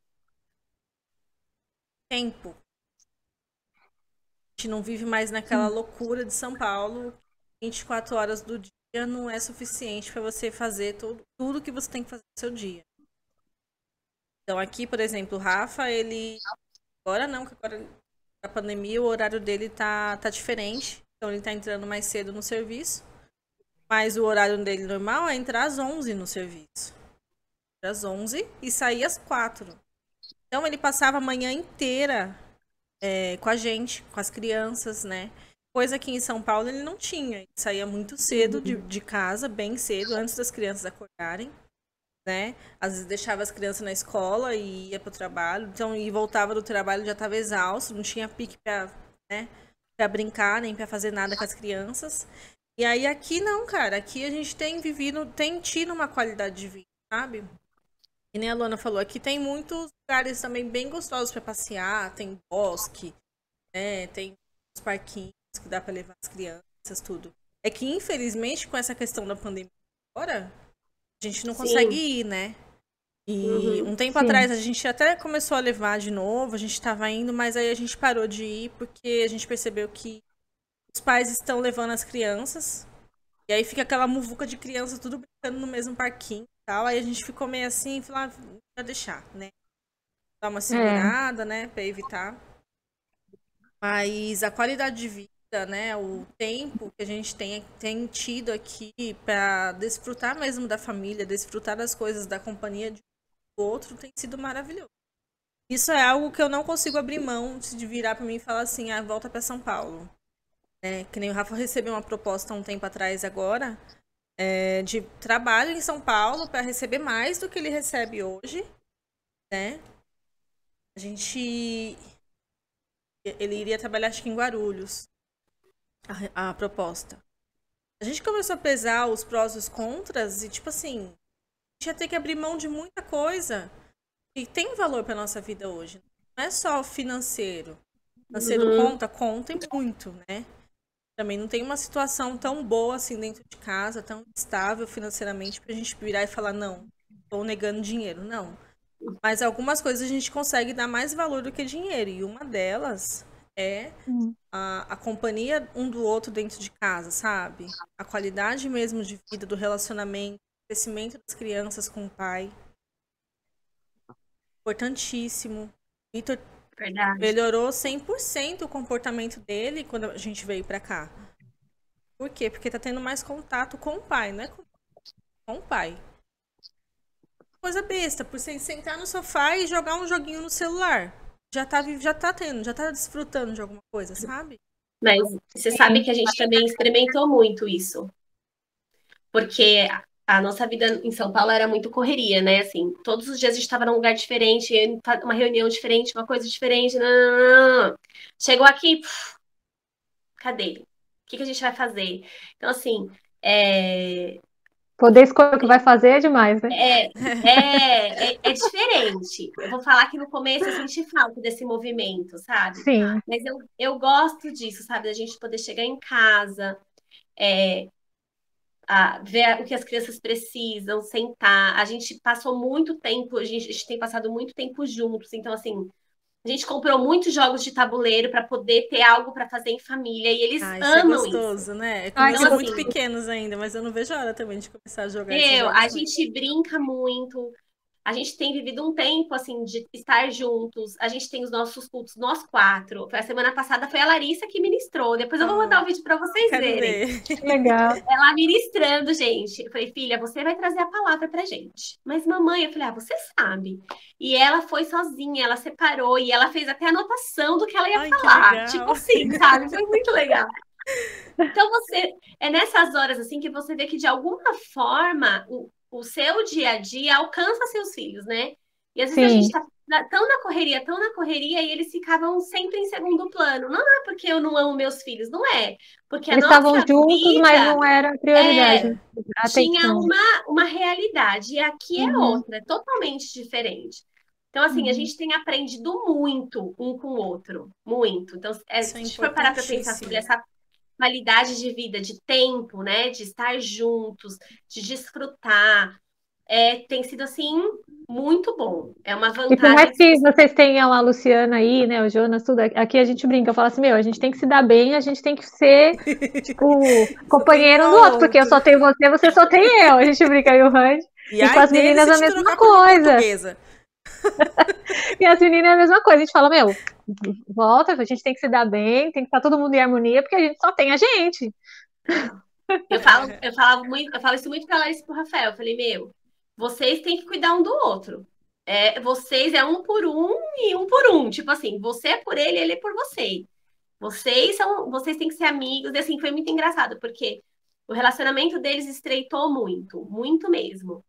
tempo. A gente não vive mais naquela loucura de São Paulo. vinte e quatro horas do dia não é suficiente para você fazer tudo, tudo que você tem que fazer no seu dia. Então aqui, por exemplo, o Rafa, ele... Agora não, porque agora a pandemia, o horário dele tá, tá diferente. Então ele tá entrando mais cedo no serviço. Mas o horário dele normal é entrar às onze no serviço. Às onze e sair às quatro. Então ele passava a manhã inteira é, com a gente, com as crianças, né? Coisa que em São Paulo ele não tinha. Ele saía muito cedo de, de casa, bem cedo, antes das crianças acordarem. né? Às vezes deixava as crianças na escola e ia pro trabalho, então e voltava do trabalho já estava exausto, não tinha pique para, né, para brincar nem para fazer nada com as crianças. E aí aqui não, cara, aqui a gente tem vivido, tem tido uma qualidade de vida, sabe? E nem a Luana falou, aqui tem muitos lugares também bem gostosos para passear, tem bosque, né? Tem os parquinhos que dá para levar as crianças, tudo. É que infelizmente com essa questão da pandemia agora, a gente não Sim. consegue ir, né? E Uhum. um tempo Sim. atrás a gente até começou a levar de novo, a gente estava indo, mas aí a gente parou de ir porque a gente percebeu que os pais estão levando as crianças, e aí fica aquela muvuca de criança tudo brincando no mesmo parquinho e tal. Aí a gente ficou meio assim, falou, ah, vai deixar, né? Dar uma segurada, né, pra evitar. Mas a qualidade de vida, né, o tempo que a gente tem, tem tido aqui pra desfrutar mesmo da família, desfrutar das coisas, da companhia de outro, tem sido maravilhoso. Isso é algo que eu não consigo abrir mão de virar pra mim e falar assim, ah, volta pra São Paulo. É, que nem o Rafa recebeu uma proposta há um tempo atrás agora, é, de trabalho em São Paulo para receber mais do que ele recebe hoje, né? A gente... Ele iria trabalhar, acho que em Guarulhos, a, a proposta. A gente começou a pesar os prós e os contras e, tipo assim, a gente ia ter que abrir mão de muita coisa que tem valor para nossa vida hoje. Não é só financeiro. Financeiro Uhum. conta, conta e muito, né? Também não tem uma situação tão boa assim dentro de casa, tão estável financeiramente pra gente virar e falar, não, tô negando dinheiro. Não. Mas algumas coisas a gente consegue dar mais valor do que dinheiro. E uma delas é Hum. a, a companhia um do outro dentro de casa, sabe? A qualidade mesmo de vida, do relacionamento, o crescimento das crianças com o pai. Importantíssimo. Vitor Verdade. melhorou cem por cento o comportamento dele quando a gente veio pra cá. Por quê? Porque tá tendo mais contato com o pai, não é com, com o pai. Coisa besta, por você sentar no sofá e jogar um joguinho no celular. Já tá, vi- já tá tendo, já tá desfrutando de alguma coisa, sabe? Mas você sabe que a gente também experimentou muito isso. Porque a- a nossa vida em São Paulo era muito correria, né? Assim, todos os dias a gente estava num lugar diferente, uma reunião diferente, uma coisa diferente. Nananana. Chegou aqui, puf, cadê? O que que a gente vai fazer? Então, assim, é, Poder escolher o que vai fazer é demais, né? é, é, é, é diferente. Eu vou falar que no começo eu senti falta desse movimento, sabe? Sim. Mas eu, eu gosto disso, sabe? Da gente poder chegar em casa, é, a ver o que as crianças precisam, sentar. A gente passou muito tempo, a gente, a gente tem passado muito tempo juntos, então assim, a gente comprou muitos jogos de tabuleiro para poder ter algo para fazer em família e eles Ah, isso é amam isso. gostoso, né? É que Ai, meus que são Então muito assim, gostoso. pequenos ainda, mas eu não vejo a hora também de começar a jogar esses meu, jogos a com eles. gente brinca muito. A gente tem vivido um tempo assim de estar juntos. A gente tem os nossos cultos, nós quatro. Foi a semana passada foi a Larissa que ministrou. Depois eu vou mandar Ah, o vídeo para vocês quero verem. ver. Que legal. Ela ministrando, gente. Eu falei, filha, você vai trazer a palavra pra gente. Mas, mamãe, eu falei, ah, você sabe. E ela foi sozinha, ela separou e ela fez até anotação do que ela ia Ai, que falar. legal. Tipo assim, sabe? Foi muito legal. Então, você, é nessas horas, assim, que você vê que, de alguma forma, o, o seu dia a dia alcança seus filhos, né? E às vezes a gente Sim. tá na- tão na correria, tão na correria, e eles ficavam sempre em segundo plano. Não é porque eu não amo meus filhos, não é. Porque a Eles estavam nossa juntos, mas vida não era prioridade, é, né? tinha Atenção. uma, uma realidade, e aqui é Uhum. outra, é totalmente diferente. Então, assim, a Uhum. gente tem aprendido muito um com o outro, muito. Então, é, Isso se é a gente for parar para pensar sobre importantíssimo. essa qualidade de vida, de tempo, né, de estar juntos, de desfrutar, é, tem sido, assim, muito bom. É uma E por vantagem mais se que você... vocês tenham a Luciana aí, né, o Jonas, tudo, aqui a gente brinca, eu falo assim, meu, a gente tem que se dar bem, a gente tem que ser, tipo, Só tem um companheiro um do ao outro, porque eu outro. só tenho você, você só tem eu. A gente brinca aí o Randy. E E com ai as dele meninas se a te mesma trocar por uma coisa. portuguesa. E as meninas é a mesma coisa. A gente fala, meu, volta, a gente tem que se dar bem, tem que estar todo mundo em harmonia, porque a gente só tem a gente. Eu falo, eu falava muito, eu falo isso muito pra Larissa e pro Rafael. Eu falei, meu, vocês têm que cuidar um do outro. É, vocês é um por um e um por um. Tipo assim, você é por ele, ele é por você. Vocês são, vocês têm que ser amigos. E assim, foi muito engraçado, porque o relacionamento deles estreitou muito, muito mesmo.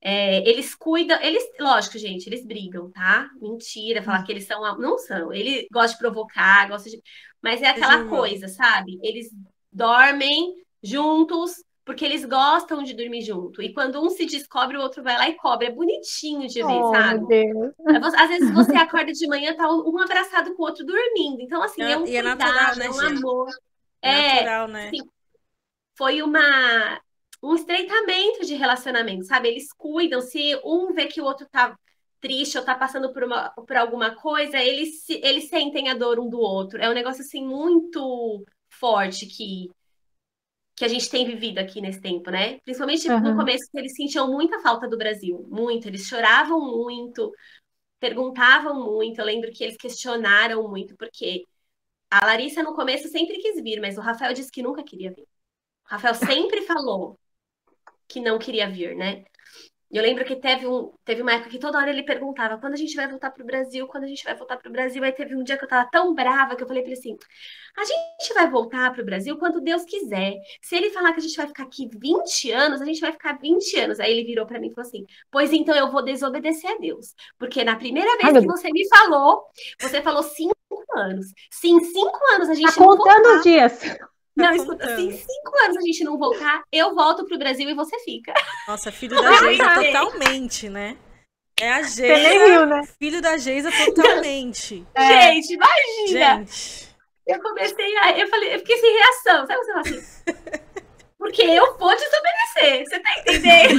É, eles cuidam, eles, lógico, gente, eles brigam, tá? Mentira, falar que eles são, não são. Ele gosta de provocar, gosta de, mas é É de aquela irmão. coisa, sabe? Eles dormem juntos porque eles gostam de dormir junto. E quando um se descobre, o outro vai lá e cobre. É bonitinho de ver, Oh, sabe? meu Deus. É vo- Às vezes você acorda de manhã, tá um abraçado com o outro dormindo. Então, assim, é um E é natural, cuidado, é né, um gente? amor. É É, natural, né? assim, foi uma, um estreitamento de relacionamento, sabe? Eles cuidam, se um vê que o outro tá triste ou tá passando por, uma, por alguma coisa, eles, se- eles sentem a dor um do outro. É um negócio, assim, muito forte que, que a gente tem vivido aqui nesse tempo, né? Principalmente no Aham. começo, que eles sentiam muita falta do Brasil, muito. Eles choravam muito, perguntavam muito. Eu lembro que eles questionaram muito, porque a Larissa, no começo, sempre quis vir, mas o Rafael disse que nunca queria vir. O Rafael sempre falou que não queria vir, né? E eu lembro que teve, um, teve uma época que toda hora ele perguntava quando a gente vai voltar pro Brasil, quando a gente vai voltar pro Brasil. Aí teve um dia que eu tava tão brava que eu falei pra ele assim: a gente vai voltar pro Brasil quando Deus quiser. Se ele falar que a gente vai ficar aqui vinte anos, a gente vai ficar vinte anos. Aí ele virou pra mim e falou assim: pois então eu vou desobedecer a Deus. Porque na primeira Ai, vez meu que Deus. você me falou, você falou cinco anos. Se em cinco anos a Tá gente não contando os voltar. dias. Tá Não, escuta, se em contando. cinco anos a gente não voltar, eu volto pro Brasil e você fica. Nossa, filho da Eu Geisa pensei, totalmente, né? É a Você nem Geisa, riu, né? filho da Geisa totalmente. É. gente, imagina! Gente, Eu comecei a. Eu falei, eu fiquei sem reação. Sabe você fala assim? Porque eu vou desobedecer. Você tá entendendo?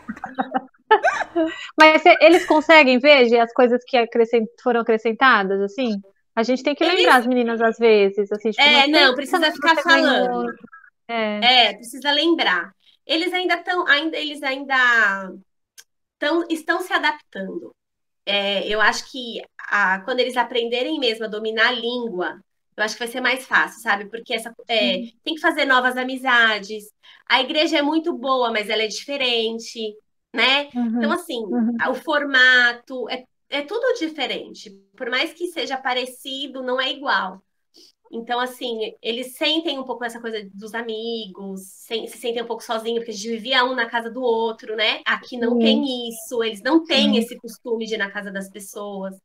Mas cê- eles conseguem ver Gi, as coisas que acrescent- foram acrescentadas, assim? A gente tem que lembrar Eles. as meninas às vezes, assim, tipo, mas É, não, pensa no precisa que ficar você ganhou. falando. É. É, precisa lembrar. Eles ainda estão, ainda, eles ainda tão, estão se adaptando. É, eu acho que a, quando eles aprenderem mesmo a dominar a língua, eu acho que vai ser mais fácil, sabe? Porque essa, é, Sim. tem que fazer novas amizades. A igreja é muito boa, mas ela é diferente, né? Então, Uhum, assim, uhum, o formato é, é tudo diferente. Por mais que seja parecido, não é igual. Então, assim, eles sentem um pouco essa coisa dos amigos, se, se sentem um pouco sozinhos, porque a gente vivia um na casa do outro, né? Aqui não sim, tem isso, eles não têm sim. esse costume de ir na casa das pessoas.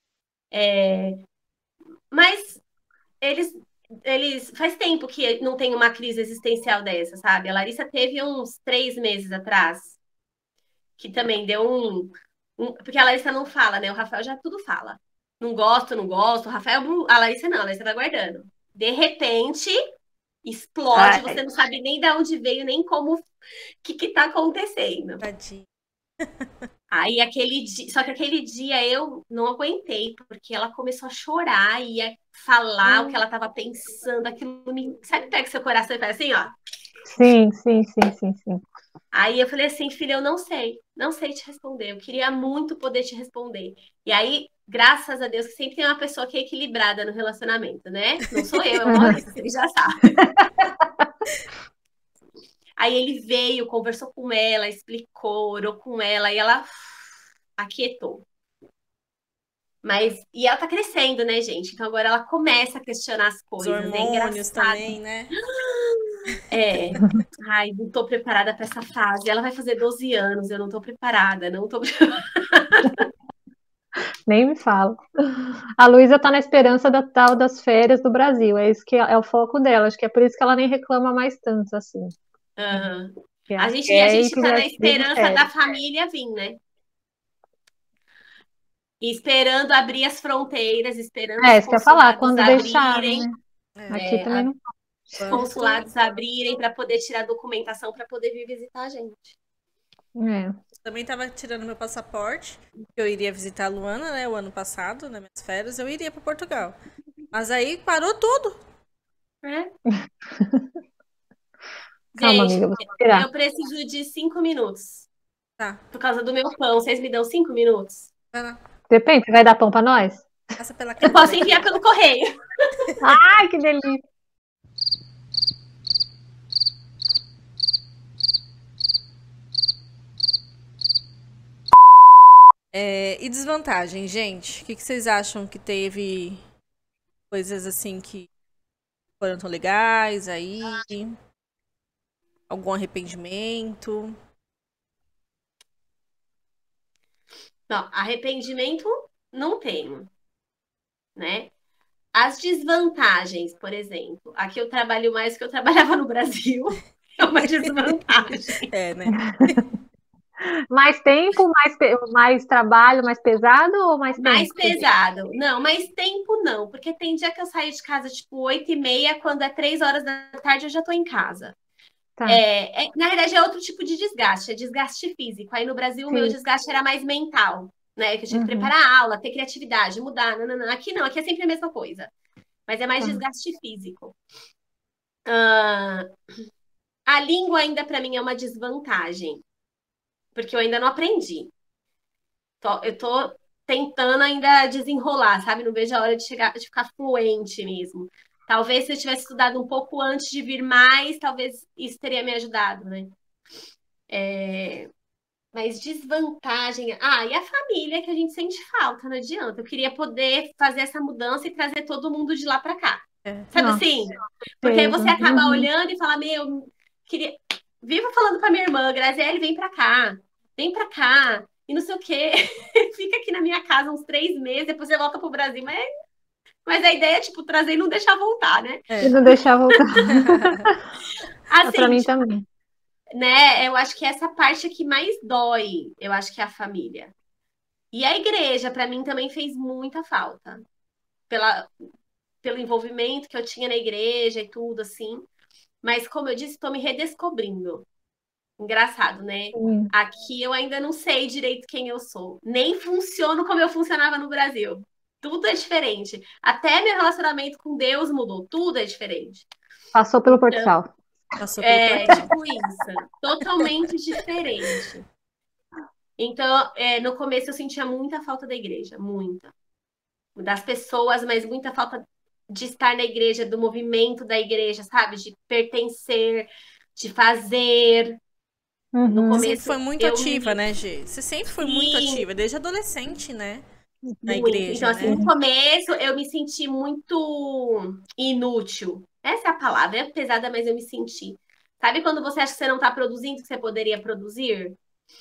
Mas eles, eles faz tempo que não tem uma crise existencial dessa, sabe? A Larissa teve uns três meses atrás, que também deu um, um- porque a Larissa não fala, né? O Rafael já tudo fala. Não gosto, não gosto. O Rafael, a Larissa não, a Larissa vai guardando. De repente, explode, Ai, você não sabe nem de onde veio, nem como, o que que tá acontecendo. tadinho. Aí aquele dia, só que aquele dia eu não aguentei, porque ela começou a chorar, ia falar o que ela tava pensando, aquilo me, sabe, pega seu coração e faz assim, ó. sim, sim, sim, sim, sim. Aí eu falei assim, filha, eu não sei, não sei te responder. Eu queria muito poder te responder. E aí, graças a Deus, que sempre tem uma pessoa que é equilibrada no relacionamento, né? Não sou eu, é o Uhum. Maurício, você já sabe. Aí ele veio, conversou com ela, explicou, orou com ela, e ela aquietou. Mas, e ela tá crescendo, né, gente? Então agora ela começa a questionar as Os coisas. É hormônios engraçado. também, né? É. Ai, não tô preparada para essa fase. Ela vai fazer doze anos, eu não tô preparada, não tô. Nem me fala. A Luísa tá na esperança da tal das férias do Brasil. É isso que é, é o foco dela. Acho que é por isso que ela nem reclama mais tanto, assim. Aham. Que A ela gente, a quer ir gente pro tá na Brasil de esperança da férias. família vir, né? E esperando abrir as fronteiras, esperando É, os isso que eu ia falar, consulados quando deixarem, abrirem, né? É, Aqui é, também a- não. os quanto consulados abrirem para poder tirar documentação para poder vir visitar a gente. É. também tava tirando meu passaporte, que eu iria visitar a Luana, né, o ano passado, nas minhas férias, eu iria para Portugal. Mas aí parou tudo. Né? Calma, Gente, amiga, eu vou tirar. eu preciso de cinco minutos Tá, por causa do meu pão. Vocês me dão cinco minutos? vai lá. Depende, você vai dar pão pra nós? Passa pela Eu câmera posso aqui. enviar pelo correio. Ai, que delícia! É, e desvantagem, gente? O que, que vocês acham que teve coisas assim que foram tão legais aí? Algum arrependimento? Não, arrependimento não tenho, né? As desvantagens, por exemplo, aqui eu trabalho mais que eu trabalhava no Brasil, é uma desvantagem. É, né? Mais tempo, mais, pe- mais trabalho, mais pesado ou mais Mais tempo? pesado. Não, mais tempo não, porque tem dia que eu saio de casa tipo oito e meia, quando é três horas da tarde eu já tô em casa. Tá, É, é- na verdade, é outro tipo de desgaste, é desgaste físico. Aí no Brasil, o meu sim. desgaste era mais mental, né? Que eu tinha que Uhum, preparar a aula, ter criatividade, mudar. Nananã. Aqui não, aqui é sempre a mesma coisa, mas é mais tá. desgaste físico. Ah, a língua ainda para mim é uma desvantagem, porque eu ainda não aprendi. Tô- eu tô tentando ainda desenrolar, sabe? Não vejo a hora de chegar, de ficar fluente mesmo. Talvez se eu tivesse estudado um pouco antes de vir mais, talvez isso teria me ajudado, né? Mas desvantagem. Ah, e a família que a gente sente falta, não adianta. Eu queria poder fazer essa mudança e trazer todo mundo de lá para cá. É. Sabe Nossa, assim? Porque aí você certeza. acaba Uhum. olhando e fala: Meu, queria. Vivo falando pra minha irmã, Graziele, vem pra cá, vem pra cá, e não sei o quê. Fica aqui na minha casa uns três meses, depois você volta pro Brasil. Mas, mas a ideia é, tipo, trazer e não deixar voltar, né? E É. não deixar voltar. Pra Assim, mim tipo, também. né? Eu acho que essa parte que mais dói, eu acho que é a família. E a igreja, para mim, também fez muita falta. Pela, pelo envolvimento que eu tinha na igreja e tudo, assim. Mas, como eu disse, estou me redescobrindo. Engraçado, né? Sim, Aqui eu ainda não sei direito quem eu sou. Nem funciono como eu funcionava no Brasil. Tudo é diferente. Até meu relacionamento com Deus mudou. Tudo é diferente. passou pelo Porto Então, Sal. Passou pelo é portal. tipo isso. Totalmente diferente. Então, é, no começo eu sentia muita falta da igreja. Muita. Das pessoas, mas muita falta de estar na igreja, do movimento da igreja, sabe? De pertencer, de fazer. No Uhum. Sempre começo foi muito eu ativa, me. né, Gê? Você sempre foi muito Sim, ativa, desde adolescente, né? Na muito. Então, igreja, assim, né? no começo eu me senti muito inútil. Essa é a palavra, é pesada, mas eu me senti. Sabe quando você acha que você não está produzindo o que você poderia produzir?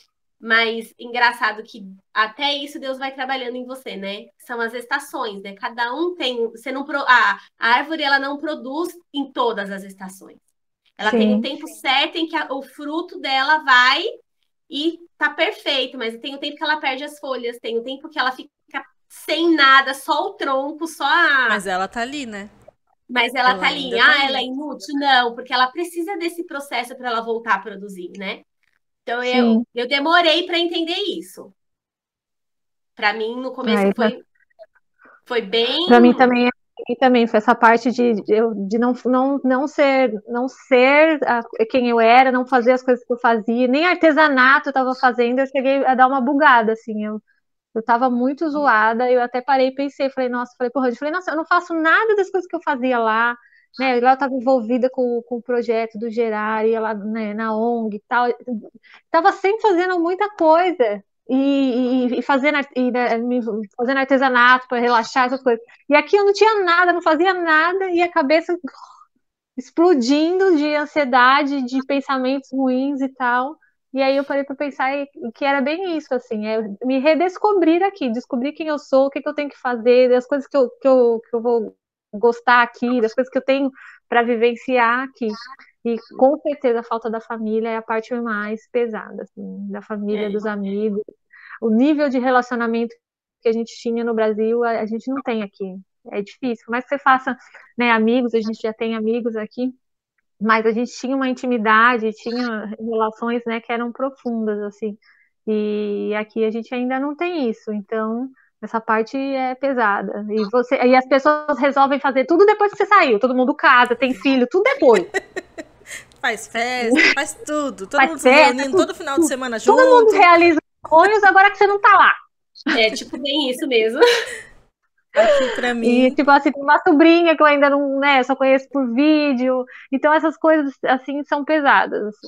Mas engraçado que até isso Deus vai trabalhando em você, né? São as estações, né? Cada um tem, você não pro, a, a árvore ela não produz em todas as estações. Ela tem um Sim, tempo certo em que a- o fruto dela vai e tá perfeito, mas tem o tempo que ela perde as folhas, tem o tempo que ela fica sem nada, só o tronco, só a. Mas ela tá ali, né? Mas ela Ela tá ali. ainda tá Ah, ela é ali. inútil? Não, porque ela precisa desse processo para ela voltar a produzir, né? Então eu, sim. eu demorei para entender isso. Para mim, no começo Aí, foi, foi para mim bem. também, pra mim também foi essa parte de, de, eu- de não, não, não ser, não ser a- quem eu era, não fazer as coisas que eu fazia, nem artesanato eu estava fazendo, eu cheguei a dar uma bugada, assim, eu, eu tava muito zoada, eu até parei e pensei, falei, nossa, falei, porra, eu falei, nossa, eu não faço nada das coisas que eu fazia lá, né, lá eu estava envolvida com, com o projeto do Gerar, ia lá, né, na O N G e tal, tava sempre fazendo muita coisa, e, e, e fazendo, e, né, me- fazendo artesanato para relaxar, essas coisas, e aqui eu não tinha nada, não fazia nada, e a cabeça explodindo de ansiedade, de pensamentos ruins e tal. E aí eu parei para pensar e- que era bem isso, assim, é me redescobrir aqui, descobrir quem eu sou, o que, que eu tenho que fazer, das coisas que eu, que eu, que eu vou gostar aqui, das coisas que eu tenho para vivenciar aqui. E com certeza a falta da família é a parte mais pesada, assim, da família, É, dos amigos. O nível de relacionamento que a gente tinha no Brasil, a, a gente não tem aqui. É difícil. Por mais que você faça, né, amigos, a gente já tem amigos aqui, mas a gente tinha uma intimidade, tinha relações, né, que eram profundas, assim. E aqui a gente ainda não tem isso, então essa parte é pesada. E você, e as pessoas resolvem fazer tudo depois que você saiu. Todo mundo casa, tem filho, tudo depois. Faz festa, faz tudo. Todo Faz mundo se festa, reunindo tudo, todo final de tudo. semana Todo mundo junto. realiza os sonhos agora que você não tá lá. é tipo bem isso mesmo. Aqui pra E, mim. tipo assim, tem uma sobrinha que eu ainda não, né, só conheço por vídeo. Então, essas coisas, assim, são pesadas, assim.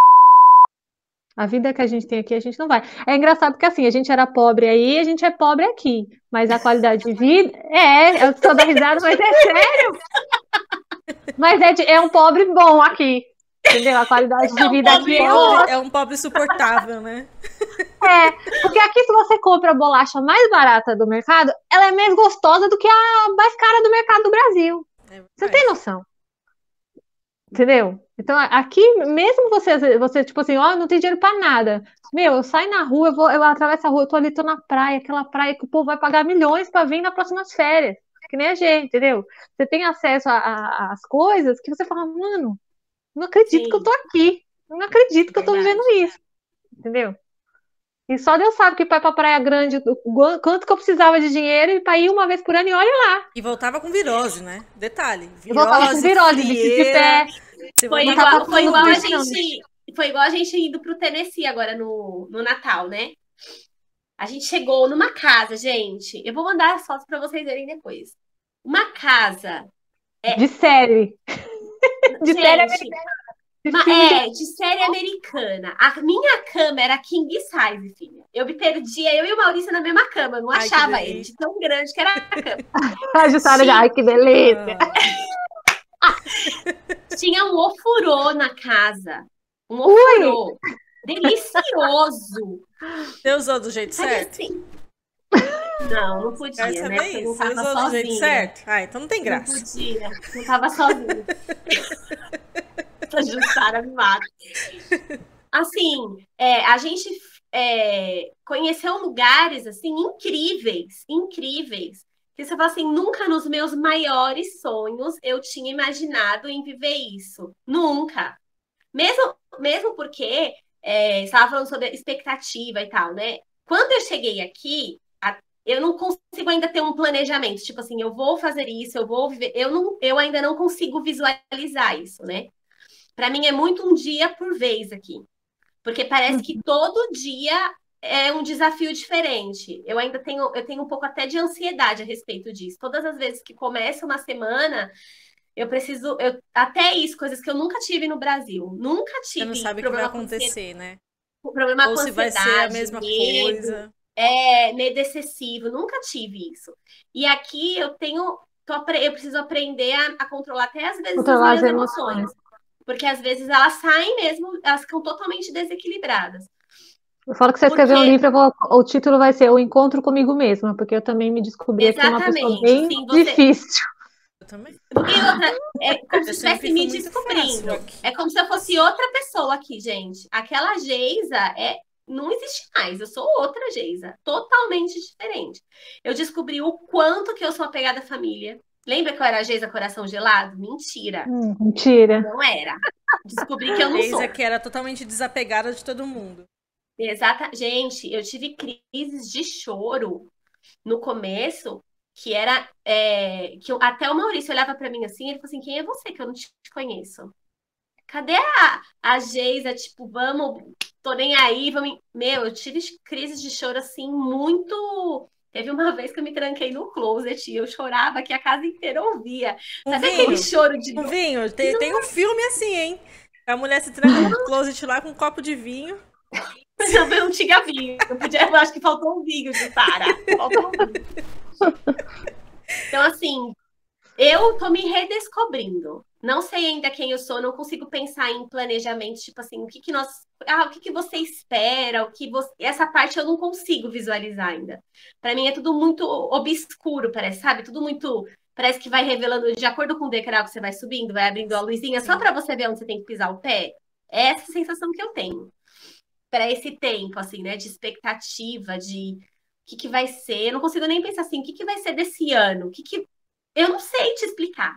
A vida que a gente tem aqui, a gente não vai. É engraçado porque, assim, a gente era pobre aí, a gente é pobre aqui. Mas a qualidade de vida, é, eu só dou risada, mas é sério. Mas é, de- é um pobre bom aqui. entendeu? A qualidade de É um vida aqui pobre é Pobre- outra. é um pobre suportável, né? É, porque aqui se você compra a bolacha mais barata do mercado, ela é mais gostosa do que a mais cara do mercado do Brasil. É Você tem verdade. noção? Entendeu? Então, a- aqui, mesmo você, você tipo assim, ó, não tem dinheiro pra nada. Meu, eu saio na rua, eu vou, eu atravesso a rua, eu tô ali, tô na praia, aquela praia que o povo vai pagar milhões pra vir nas próximas férias. Que nem a gente, entendeu? Você tem acesso a- a- às coisas que você fala, mano, não acredito que eu tô Sim, aqui. Eu não acredito que eu tô vivendo verdade. isso, entendeu? E só Deus sabe que para ir pra Praia Grande, o qu- quanto que eu precisava de dinheiro e pra ir uma vez por ano e olha lá. E voltava com virose, né? Detalhe. Eu voltava com Virose, virose, bicho de frieira. pé, Você Foi não voltava tava igual, com foi passando igual tudo. a frio, não. gente, foi igual a gente indo pro Tennessee agora no, no Natal, né? A gente chegou numa casa, gente. Eu vou mandar as fotos pra vocês verem depois. Uma casa, De série. De série gente, americana. De ma- filme de. é, de série americana. A minha cama era king size, filha. Eu me perdia, eu e o Maurício na mesma cama, eu não Ai, que achava ele, delícia. de tão grande que era a cama. A Jussara de. Ai, que beleza. Ah, Tinha um ofurô na casa. Um Ui! ofurô. Delicioso. você usou do jeito Sabe certo? assim? Não, não Quero podia, né? saber Porque eu não isso. Você tava usou do jeito sozinha. certo? Ah, então não tem Não graça. podia. Não tava sozinha. Essa Jussara me mata. Assim, é, a gente é, conheceu lugares assim incríveis, incríveis. Que você fala assim, nunca nos meus maiores sonhos eu tinha imaginado em viver isso. Nunca. Mesmo, mesmo porque é, você estava falando sobre expectativa e tal, né? Quando eu cheguei aqui, a- eu não consigo ainda ter um planejamento. Tipo assim, eu vou fazer isso, eu vou viver. Eu, não, eu ainda não consigo visualizar isso, né? Para mim é muito um dia por vez aqui. Porque parece que todo dia é um desafio diferente. Eu ainda tenho, eu tenho um pouco até de ansiedade a respeito disso. Todas as vezes que começa uma semana, eu preciso, eu, até isso, coisas que eu nunca tive no Brasil. Nunca Você não tive sabe o que vai problema com ansiedade, acontecer, né? problema Ou com se vai ser a ansiedade, mesma medo, coisa. é, medo excessivo. Nunca tive isso. E aqui eu tenho, tô apre- eu preciso aprender a, a controlar até às vezes as Controlar as minhas emoções. emoções. Porque às vezes elas saem mesmo, elas ficam totalmente desequilibradas. Eu falo que você escrever um Porque, livro, eu vou- o título vai ser O Encontro Comigo Mesma, porque eu também me descobri aqui uma pessoa exatamente, bem assim, você. difícil. Eu também. E outra, é como se Eu eu sempre estivesse fui me muito fácil descobrindo. aqui. É como se eu fosse outra pessoa aqui, gente. Aquela Geisa é. Não existe mais, eu sou outra Geisa, totalmente diferente. Eu descobri o quanto que eu sou apegada à família. Lembra que eu era a Geisa Coração Gelado? Mentira, Hum, mentira. não era. Descobri que eu não Eis sou. é que era totalmente desapegada de todo mundo. Exata. Gente, eu tive crises de choro no começo, que era é, que eu- até o Maurício olhava pra mim assim, ele falou assim: quem é você que eu não te conheço? Cadê a, a Geisa? Tipo, vamos, tô nem aí, vamos. Meu, eu tive crises de choro assim, muito. Teve uma vez que eu me tranquei no closet e eu chorava que a casa inteira ouvia. Um Sabe aquele vinho? choro de. Um vinho? Tem, tem um filme assim, hein? A mulher se tranca no closet lá com um copo de vinho. Também não tinha vinho. Eu, podia... eu acho que faltou um vinho, Jussara. Faltou um vinho. Então, assim, eu tô me redescobrindo. Não sei ainda quem eu sou, não consigo pensar em planejamento, tipo assim, o que que nós, ah, o que que você espera, o que você, essa parte eu não consigo visualizar ainda. Para mim é tudo muito obscuro, parece, sabe? Tudo muito, parece que vai revelando de acordo com o degrau que você vai subindo, vai abrindo a luzinha só para você ver onde você tem que pisar o pé. É essa sensação que eu tenho para esse tempo, assim, né? De expectativa, de o que que vai ser. Eu não consigo nem pensar assim, o que que vai ser desse ano? O que que eu não sei te explicar.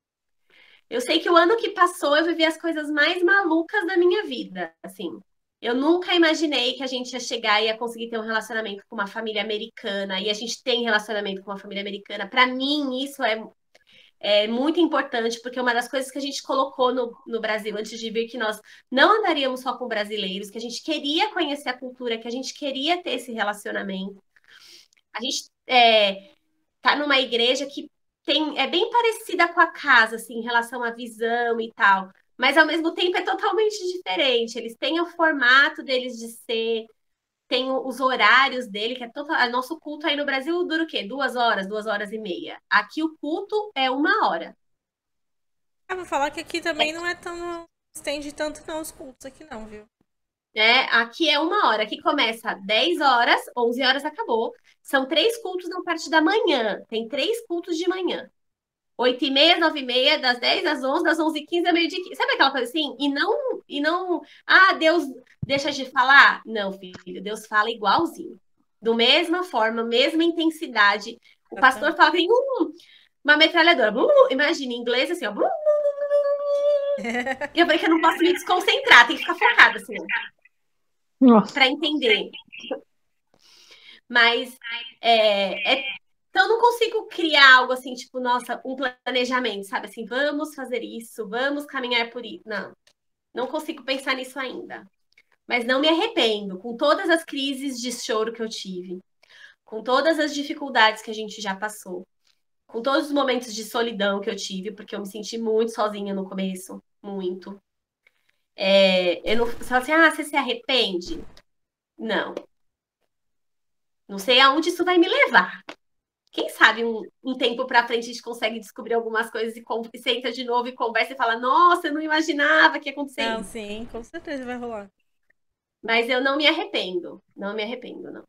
Eu sei que o ano que passou eu vivi as coisas mais malucas da minha vida, assim. Eu nunca imaginei que a gente ia chegar e ia conseguir ter um relacionamento com uma família americana, e a gente tem relacionamento com uma família americana. Para mim, isso é, é muito importante, porque uma das coisas que a gente colocou no, no Brasil antes de vir, que nós não andaríamos só com brasileiros, que a gente queria conhecer a cultura, que a gente queria ter esse relacionamento. A gente é, tá numa igreja que tem, é bem parecida com a casa, assim, em relação à visão e tal. Mas ao mesmo tempo é totalmente diferente. Eles têm o formato deles de ser, tem os horários dele, que é total. Nosso culto aí no Brasil dura o quê? Duas horas, duas horas e meia. Aqui o culto é uma hora. Ah, vou falar que aqui também não é tão. estende tanto não os cultos aqui não, viu? É, aqui é uma hora. Aqui começa dez horas, onze horas acabou. São três cultos na parte da manhã. Tem três cultos de manhã. oito e meia, nove e meia, das dez às onze, das onze e quinze ao meio-dia. quinze. Sabe aquela coisa assim? E não, e não. Ah, Deus deixa de falar? Não, filho, Deus fala igualzinho. Do mesma forma, mesma intensidade. O pastor fala que tem um, uma metralhadora. Blum, blum, imagina, em inglês assim, ó. Blum, blum, blum, blum. E eu falei que eu não posso me desconcentrar, tem que ficar focada assim, Nossa. para entender. Mas é, é então, eu não consigo criar algo assim, tipo, nossa, um planejamento, sabe? Assim, vamos fazer isso, vamos caminhar por isso. Não, não consigo pensar nisso ainda. Mas não me arrependo, com todas as crises de choro que eu tive, com todas as dificuldades que a gente já passou, com todos os momentos de solidão que eu tive, porque eu me senti muito sozinha no começo, muito. É, eu não, você fala assim, ah, você se arrepende? Não. Não sei aonde isso vai me levar. Quem sabe um, um tempo para frente a gente consegue descobrir algumas coisas e, com, e senta de novo e conversa e fala, nossa, eu não imaginava que ia acontecer Não, isso. sim, com certeza vai rolar. Mas eu não me arrependo. Não me arrependo, não.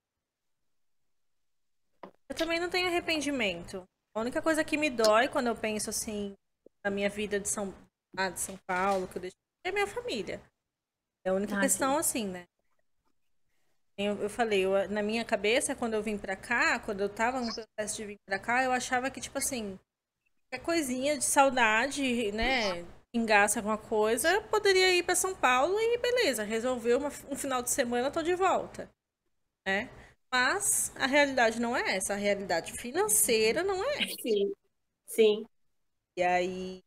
Eu também não tenho arrependimento. A única coisa que me dói quando eu penso assim na minha vida de São, ah, de São Paulo, que eu deixei, é a minha família. É a única Ah, questão sim. assim, né? Eu, eu falei, eu, na minha cabeça, quando eu vim pra cá, quando eu tava no processo de vir pra cá, eu achava que, tipo assim, qualquer coisinha de saudade, né? Pingasse alguma coisa, eu poderia ir pra São Paulo e beleza, resolveu uma- um final de semana, eu tô de volta, né? Mas a realidade não é essa, a realidade financeira não é. Sim, sim. E aí,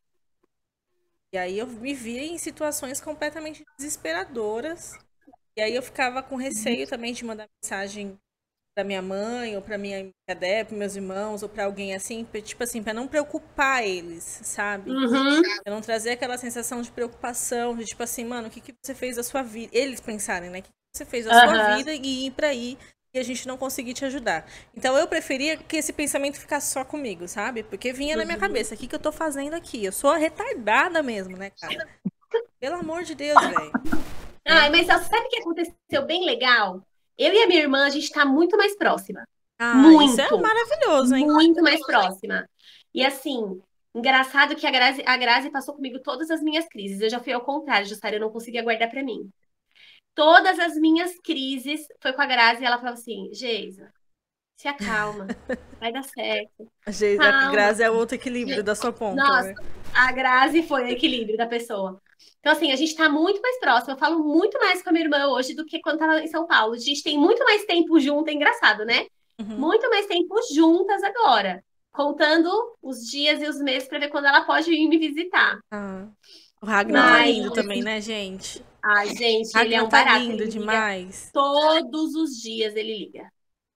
e aí eu me vi em situações completamente desesperadoras. E aí eu ficava com receio também de mandar mensagem pra minha mãe, ou pra minha amiga Débora, pros meus irmãos, ou pra alguém assim, pra- tipo assim, pra não preocupar eles, sabe? Uhum. Eu não trazer aquela sensação de preocupação, de tipo assim, mano, o que, que você fez da sua vida? Eles pensarem, né? O que, que você fez da sua Aham. vida e ir pra aí e a gente não conseguir te ajudar. Então eu preferia que esse pensamento ficasse só comigo, sabe? Porque vinha na minha Uhum. cabeça, o que, que eu tô fazendo aqui? Eu sou a retardada mesmo, né, cara? Pelo amor de Deus, velho. Ai, mas sabe o que aconteceu bem legal? Eu e a minha irmã, a gente tá muito mais próxima. Ah, isso é Muito, maravilhoso, hein? muito mais próxima. E assim, engraçado que a Grazi, a Grazi passou comigo todas as minhas crises. Eu já fui ao contrário, Jussara, eu não conseguia guardar pra mim. Todas as minhas crises foi com a Grazi e ela falava assim, Geisa, se acalma, vai dar certo, A Ge- a calma. Grazi é outro equilíbrio da sua ponta, Nossa, né? a Grazi foi o equilíbrio da pessoa. Então, assim, a gente tá muito mais próximo. Eu falo muito mais com a minha irmã hoje do que quando tava em São Paulo. A gente tem muito mais tempo junto, é engraçado, né? Uhum. Muito mais tempo juntas agora. Contando os dias e os meses pra ver quando ela pode ir me visitar. Ah. O Ragnar tá Mas, lindo também, né, gente? ai, gente, ele é Ragnar um tá barato. lindo Ele liga demais. todos os dias, ele liga.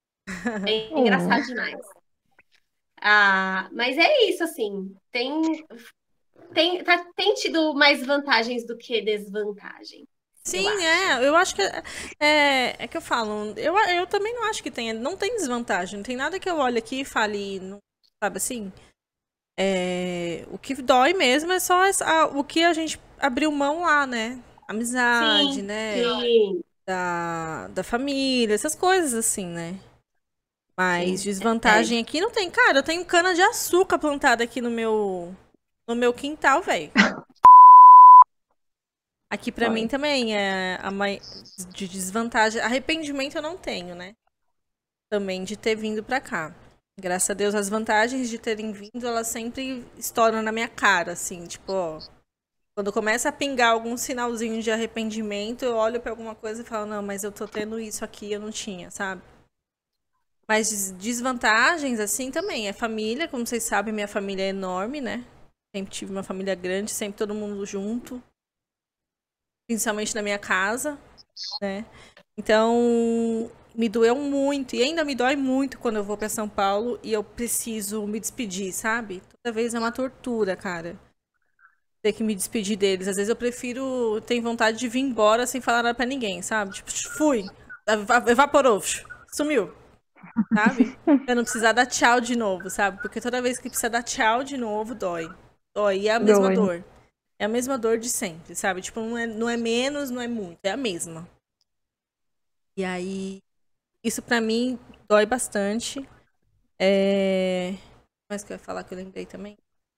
É Hum. engraçado demais. Ah, mas é isso, assim. Tem, tem, tá- tem tido mais vantagens do que desvantagem, eu Sim, acho. é. Eu acho que é, é, é que eu falo. Eu, eu também não acho que tenha. Não tem desvantagem. Não tem nada que eu olhe aqui e fale, não, sabe assim? É, o que dói mesmo é só essa- a- o que a gente abriu mão lá, né? Amizade, Sim, né? sim, Da, da família, essas coisas assim, né? Mas sim. É. desvantagem aqui não tem. Cara, eu tenho cana de açúcar plantada aqui no meu no meu quintal, velho. Aqui pra mim Dói. também é a mai... de desvantagem. Arrependimento eu não tenho, né? Também de ter vindo pra cá. Graças a Deus, as vantagens de terem vindo, elas sempre estouram na minha cara, assim, tipo, ó. Quando começa a pingar algum sinalzinho de arrependimento, eu olho pra alguma coisa e falo, não, mas eu tô tendo isso aqui, eu não tinha, sabe? Mas des- desvantagens, assim, também. É família, como vocês sabem, minha família é enorme, né? Sempre tive uma família grande, sempre todo mundo junto. Principalmente na minha casa, né? Então, me doeu muito. E ainda me dói muito quando eu vou pra São Paulo e eu preciso me despedir, sabe? Toda vez é uma tortura, cara. Ter que me despedir deles. Às vezes eu prefiro, tenho vontade de vir embora sem falar nada pra ninguém, sabe? Tipo, fui. Eva- Evaporou. Sumiu. Sabe? Pra não precisar dar tchau de novo, sabe? Porque toda vez que precisa dar tchau de novo, dói. Dói. E é a mesma Dói. dor. É a mesma dor de sempre, sabe? Tipo, não é, não é menos, não é muito, é a mesma. E aí, isso pra mim dói bastante. É... Mas que eu ia falar que eu lembrei também?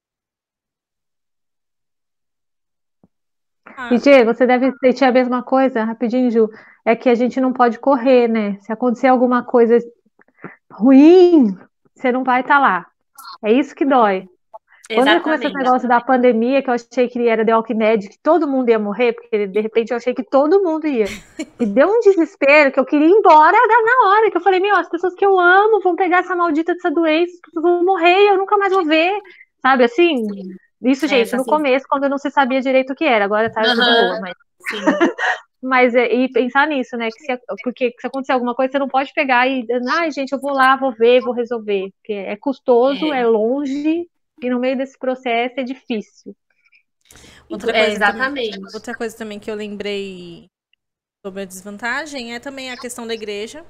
Ah, E, Gê, você deve sentir a mesma coisa, rapidinho, Ju. É que a gente não pode correr, né? Se acontecer alguma coisa ruim, você não vai estar lá. É isso que dói. Quando começou esse Exatamente. negócio da pandemia, que eu achei que era The Walking Dead, que todo mundo ia morrer, porque de repente eu achei que todo mundo ia. Me deu um desespero que eu queria ir embora na hora, que eu falei, meu, as pessoas que eu amo vão pegar essa maldita dessa doença, as pessoas vão morrer e eu nunca mais vou ver. Sabe, assim? Isso, É, gente, no assim. começo, quando eu não se sabia direito o que era, agora tá, eu tô de Aham, boa, mas... sim. Mas é, e pensar nisso, né? Que se, porque se acontecer alguma coisa, você não pode pegar e, ai, gente, eu vou lá, vou ver, vou resolver. Porque é custoso, é É, longe, e no meio desse processo é difícil. outra é, coisa também, exatamente. outra coisa também que eu lembrei sobre a desvantagem é também a questão da igreja.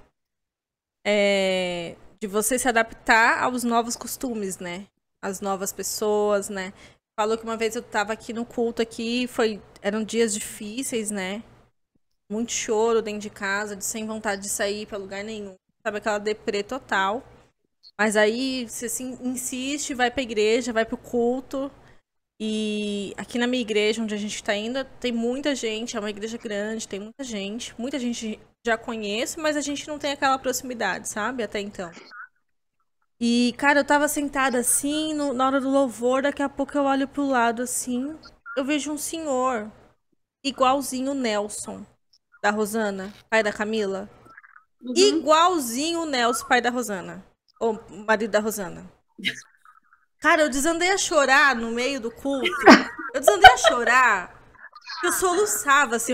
É, de você se adaptar aos novos costumes, né? As novas pessoas, né? Falou que uma vez eu tava aqui no culto aqui, foi, eram dias difíceis, né? Muito choro dentro de casa, de sem vontade de sair pra lugar nenhum. Sabe, aquela deprê total. Mas aí você assim, insiste, vai pra igreja, vai pro culto. E aqui na minha igreja, onde a gente tá indo, tem muita gente, é uma igreja grande, tem muita gente. Muita gente já conhece, mas a gente não tem aquela proximidade, sabe? Até então. E, cara, eu tava sentada assim, no- na hora do louvor, daqui a pouco eu olho pro lado assim, eu vejo um senhor, igualzinho o Nelson, da Rosana, pai da Camila. Uhum. Igualzinho o Nelson, pai da Rosana. Ou marido da Rosana. Cara, eu desandei a chorar no meio do culto. Eu desandei a chorar. Eu soluçava, assim.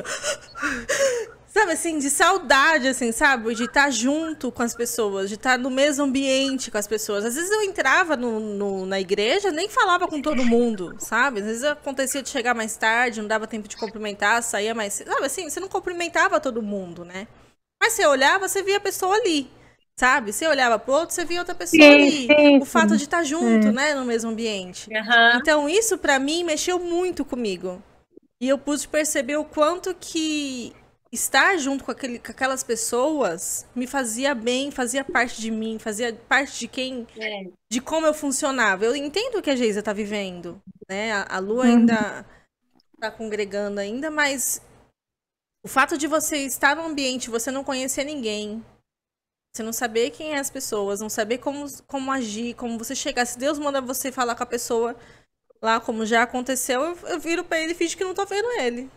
Sabe, assim, de saudade, assim, sabe? De estar junto com as pessoas, de estar no mesmo ambiente com as pessoas. Às vezes eu entrava no, no- na igreja, nem falava com todo mundo, sabe? Às vezes acontecia de chegar mais tarde, não dava tempo de cumprimentar, saía mais cedo. Sabe, assim, você não cumprimentava todo mundo, né? Mas você olhava, você via a pessoa ali, sabe? Você olhava pro outro, você via outra pessoa Sim, ali. sim, O fato de estar junto, é. né, no mesmo ambiente. Aham. Então, isso pra mim mexeu muito comigo. E eu pude perceber o quanto que estar junto com, aquele, com aquelas pessoas me fazia bem, fazia parte de mim, fazia parte de quem, É. de como eu funcionava. Eu entendo o que a Geisa tá vivendo, né? A, a Lu Uhum. ainda tá congregando ainda, mas o fato de você estar num ambiente, você não conhecer ninguém, você não saber quem é as pessoas, não saber como, como agir, como você chegar. Se Deus manda você falar com a pessoa lá, como já aconteceu, eu, eu viro pra ele e finge que não tô vendo ele.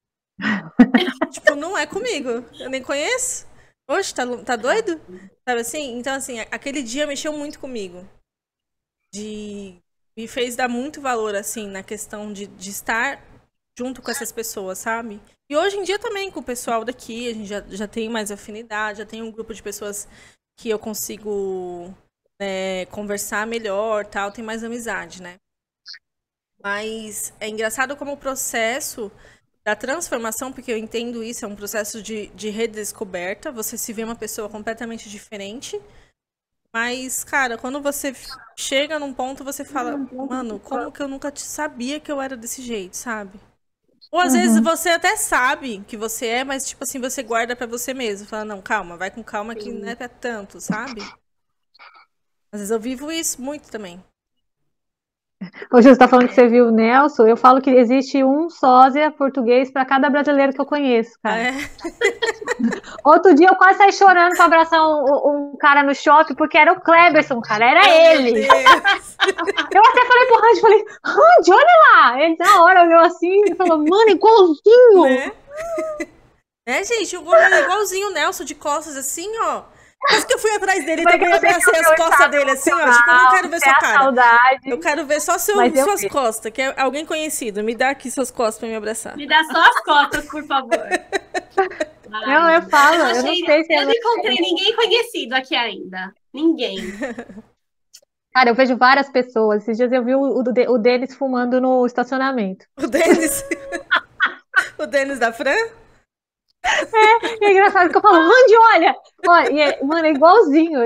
Tipo, não é comigo. Eu nem conheço. Oxe, tá, tá doido? Sabe assim? Então, assim, aquele dia mexeu muito comigo. De... Me fez dar muito valor, assim, na questão de, de estar junto com essas pessoas, sabe? E hoje em dia também com o pessoal daqui, a gente já, já tem mais afinidade, já tem um grupo de pessoas que eu consigo né, conversar melhor, tal, tem mais amizade, né? Mas é engraçado como o processo da transformação, porque eu entendo isso, é um processo de, de redescoberta, você se vê uma pessoa completamente diferente. Mas, cara, quando você chega num ponto, você fala, mano, como que eu nunca te sabia que eu era desse jeito, sabe? Ou às vezes Uhum. você até sabe que você é, mas tipo assim, você guarda pra você mesmo. Fala, não, calma, vai com calma que não é pra tanto, sabe? Às vezes eu vivo isso muito também. Hoje você está falando que você viu o Nelson, eu falo que existe um sósia português para cada brasileiro que eu conheço, Ah, cara. é? Outro dia eu quase saí chorando para abraçar um, um cara no shopping, porque era o Kleberson, cara, era Meu ele. Deus! Eu até falei pro Randy, falei, Randy, olha lá. Ele na hora olhou assim e falou, mano, igualzinho. Né? É, gente, o homem é igualzinho o Nelson, de costas assim, ó. Quase que eu fui atrás dele Como é que também, você abracei viu as meu costas estado dele assim, ó. Tipo, eu não quero ver emocional, sua é a cara. saudade, Eu quero ver só seu, mas eu suas vi. costas, que é alguém conhecido. Me dá aqui suas costas pra me abraçar. Me dá só as costas, por favor. Não, Ai, eu falo, eu, eu, achei, não sei se eu é... não encontrei ninguém conhecido aqui ainda. Ninguém. Cara, eu vejo várias pessoas. Esses dias eu vi o, o, o Denis fumando no estacionamento. O Denis. O Denis da Fran? E é engraçado que eu falo, Randy, olha! olha e é, mano, é igualzinho.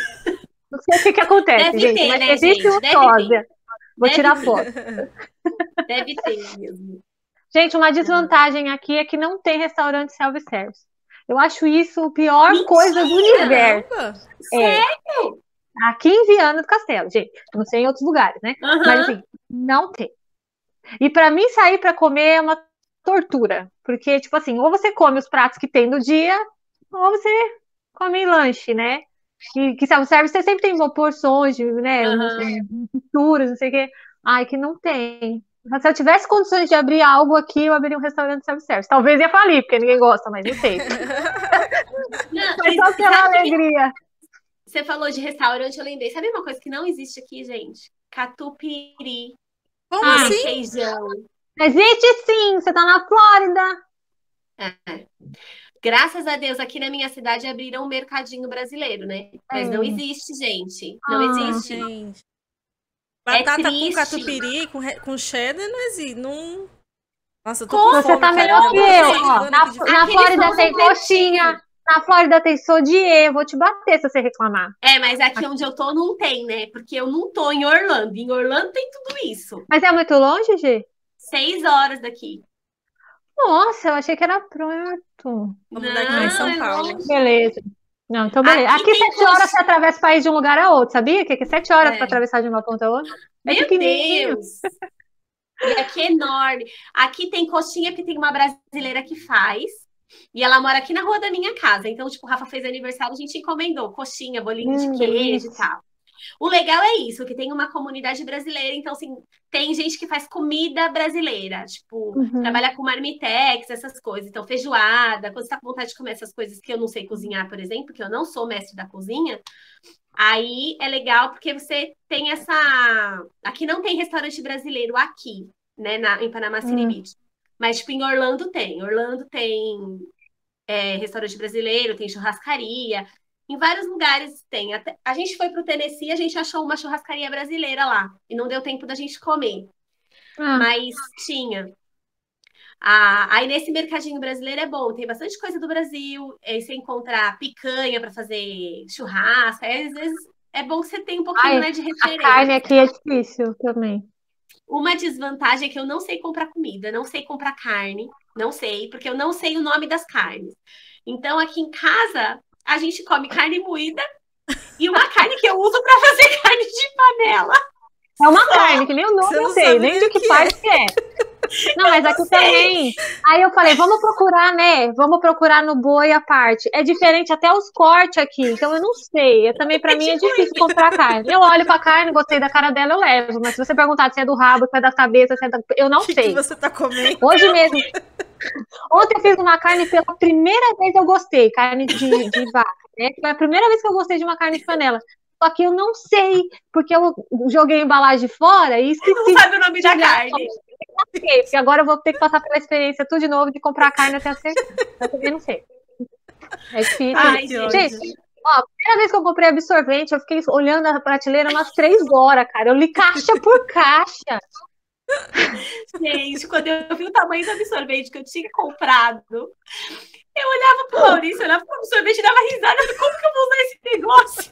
Não sei o que, que acontece, Deve gente, ter, mas né, existe gente? um Deve sósia. ter. Vou Deve tirar ter. foto. Deve ter mesmo. Gente, uma desvantagem aqui é que não tem restaurante self-service. Eu acho isso a pior Mentira! coisa do universo. Caramba! É, Sério? aqui em Viana do Castelo, gente. Não sei em outros lugares, né? Aham. Mas assim, não tem. E pra mim sair pra comer é uma tortura. Porque, tipo assim, ou você come os pratos que tem do dia, ou você come em lanche, né? Que, que self-service você sempre tem porções, de, né? Aham. Misturas, não sei o quê. Ai, que não tem. Mas se eu tivesse condições de abrir algo aqui, eu abriria um restaurante self-service. Talvez ia falir, porque ninguém gosta, mas não sei. Não, Foi e só pela sabe que alegria. você falou de restaurante, eu lembrei. Sabe uma coisa que não existe aqui, gente? Catupiry, Como Ah, assim? requeijão. existe sim, você tá na Flórida. É. Graças a Deus, aqui na minha cidade abriram um mercadinho brasileiro, né? Mas não É. existe, gente. Não Ah. existe. Gente. É Batata com triste. catupiry, com, re- com cheddar, não existe. Não... Nossa, eu tô Como? com Você fome, tá cara. melhor Eu que tô eu. salivando Ó, na, aqui de fome. na Aqui eles Flórida são tem completinhos. coxinha. Na Flórida tem sodier. Vou te bater se você reclamar. É, mas aqui onde eu tô não tem, né? Porque eu não tô em Orlando. Em Orlando tem tudo isso. Mas é muito longe, Gi? Seis horas daqui. Nossa, eu achei que era perto. Vamos daqui em Não, São é Paulo. longe. Beleza. Não, então beleza. Aqui Aqui tem sete horas coxinha. você atravessa o país de um lugar a outro, sabia? Que aqui sete horas É. para atravessar de uma ponta a outra. É Meu pequenininho. Deus! E aqui é enorme. Aqui tem coxinha, porque tem uma brasileira que faz. E ela mora aqui na rua da minha casa. Então, tipo, o Rafa fez aniversário, a gente encomendou coxinha, bolinho de Hum, queijo delícia. e tal. O legal é isso, que tem uma comunidade brasileira. Então, assim, tem gente que faz comida brasileira. Tipo, Uhum. trabalha com marmitex, essas coisas. Então, feijoada. Quando você tá com vontade de comer essas coisas que eu não sei cozinhar, por exemplo, que eu não sou mestre da cozinha, aí é legal porque você tem essa... Aqui não tem restaurante brasileiro aqui, né, na, em Panama City Hum. Beach. Mas, tipo, em Orlando tem. Orlando tem é, restaurante brasileiro, tem churrascaria. Em vários lugares tem. Até, a gente foi pro Tennessee, a gente achou uma churrascaria brasileira lá. E não deu tempo da gente comer. Ah, Mas tinha. Ah, aí nesse mercadinho brasileiro é bom, tem bastante coisa do Brasil. Aí você encontra picanha para fazer churrasco. Aí, às vezes é bom que você tenha um pouquinho, ai, né, de a carne referência. aqui é difícil também. Uma desvantagem é que eu não sei comprar comida, não sei comprar carne, não sei, porque eu não sei o nome das carnes. Então, aqui em casa, a gente come carne moída e uma carne que eu uso para fazer carne de panela. É uma carne, que nem o nome Você eu não sei, sabe nem nem de o que que parte que é. Não, mas aqui também. Aí eu falei, vamos procurar, né? Vamos procurar no boi a parte. É diferente até os cortes aqui, então eu não sei. Eu também, pra mim, é difícil comprar carne. Eu olho pra carne, gostei da cara dela, eu levo. Mas se você perguntar se é do rabo, se é da cabeça, se é da... eu não O que, sei. que você tá comendo? Hoje mesmo. Ontem eu fiz uma carne pela primeira vez eu gostei, carne de, de vaca, né? Foi a primeira vez que eu gostei de uma carne de panela. Só que eu não sei, porque eu joguei a embalagem fora e esqueci. Não sabe o nome da de- carne. Porque agora eu vou ter que passar pela experiência tudo de novo de comprar carne até acertar. Eu também não sei. É difícil. Ai, que gente. Gente, ó, a primeira vez que eu comprei absorvente, eu fiquei olhando a prateleira umas três horas, cara. Eu li caixa por caixa. Gente, quando eu vi o tamanho do absorvente que eu tinha comprado, eu olhava pro Maurício, olhava pro absorvente e dava risada. Eu falei, como que eu vou usar esse negócio?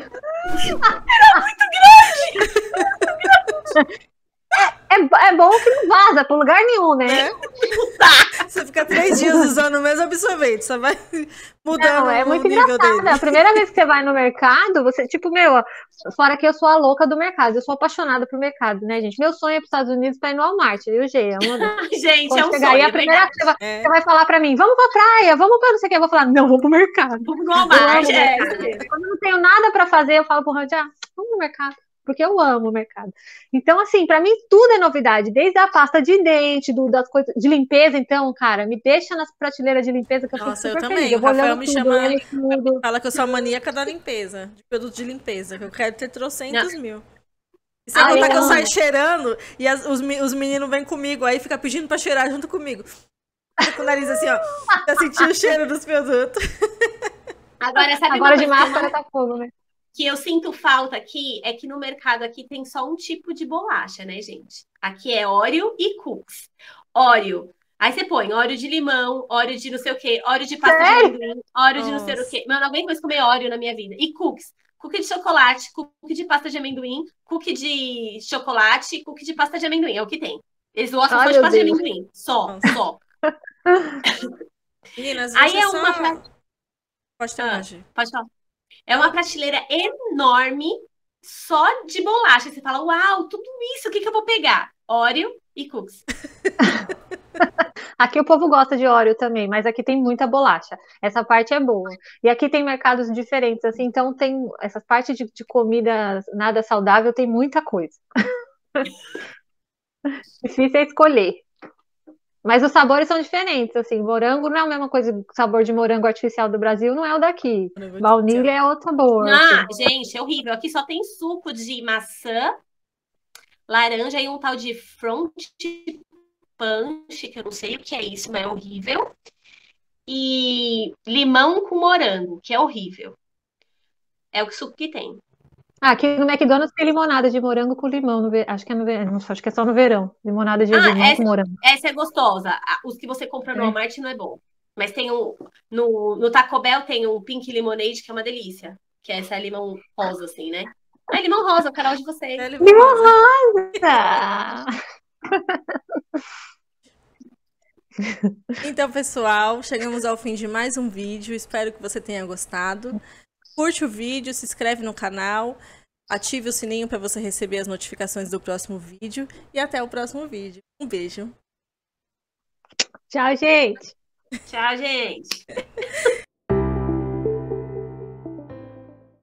Era muito grande! É, é bom que não vaza pra lugar nenhum, né? É. Você fica três dias usando o mesmo absorvente, só vai mudando Não, é o muito nível engraçado. dele. A primeira vez que você vai no mercado, você, tipo, meu, ó, fora que eu sou a louca do mercado, eu sou apaixonada por mercado, né, gente? Meu sonho é ir pros Estados Unidos pra ir no Walmart, eu e o G, é uma das- Gente, Quando é um chegar sonho, aí, a é primeira verdade. coisa que você vai, É. você vai falar pra mim, vamos pra praia, vamos pra não sei o que, eu vou falar, não, vamos pro mercado. Vamos no Eu amo Walmart, o é. mercado. Quando eu não tenho nada pra fazer, eu falo pro Randy, ah, vamos no mercado. Porque eu amo o mercado. Então, assim, pra mim tudo é novidade, desde a pasta de dente, do, das coisas de limpeza, então, cara, me deixa nas prateleiras de limpeza que eu Nossa, fico eu super também. feliz. Eu O vou Rafael olhando me tudo, chama- olhando tudo. Fala que eu sou a maníaca da limpeza, de produto de limpeza, que eu quero ter trocentos Não. mil. E sem Ah, contar eu que eu amo. saio cheirando e as- os, me- os meninos vêm comigo, aí fica pedindo pra cheirar junto comigo. Fica com o nariz assim, ó, pra sentir o cheiro dos produtos. Agora, sabe Agora uma de coisa que eu, máscara não, tá fogo, né? que eu sinto falta aqui? É que no mercado aqui tem só um tipo de bolacha, né, gente? Aqui é Oreo e Cookies. Oreo. Aí você põe Oreo de limão, Oreo de não sei o quê, Oreo de pasta Sério? de amendoim, Oreo de não sei o Nossa. quê. Meu, eu não aguento mais comer Oreo na minha vida. E Cookies. Cookie de chocolate, cookie de pasta de amendoim, cookie de chocolate, cookie de pasta de amendoim. É o que tem. Eles gostam Ai, só de meu pasta de Deus. amendoim. Só, Nossa. só. Meninas, Aí deixa é eu só... uma... pra- Pode terminar, Ah, Gi. pode falar. É uma prateleira enorme, só de bolacha. Você fala, uau, tudo isso, o que que eu vou pegar? Oreo e cookies. Aqui o povo gosta de Oreo também, mas aqui tem muita bolacha. Essa parte é boa. E aqui tem mercados diferentes, assim, então tem essa parte de, de comida nada saudável, tem muita coisa. Difícil é escolher. Mas os sabores são diferentes, assim, morango não é a mesma coisa, o sabor de morango artificial do Brasil não é o daqui. Baunilha é outro sabor, assim. Ah, gente, é horrível. Aqui só tem suco de maçã, laranja e um tal de front punch, que eu não sei o que é isso, mas é horrível. E limão com morango, que é horrível. É o suco que tem. Ah, aqui no McDonald's tem limonada de morango com limão, no ve- acho que é no verão, acho que é só no verão, limonada de Ah, limão com essa, morango. essa é gostosa. Ah, os que você compra no É. Walmart não é bom. Mas tem um. No, no Taco Bell tem um Pink Lemonade, que é uma delícia. Que é essa limão rosa, assim, né? Ah, limão rosa, o canal de vocês. É limão rosa. Tá. Então, pessoal, chegamos ao fim de mais um vídeo. Espero que você tenha gostado. Curte o vídeo, se inscreve no canal, ative o sininho para você receber as notificações do próximo vídeo. E até o próximo vídeo. Um beijo. Tchau, gente. Tchau, gente.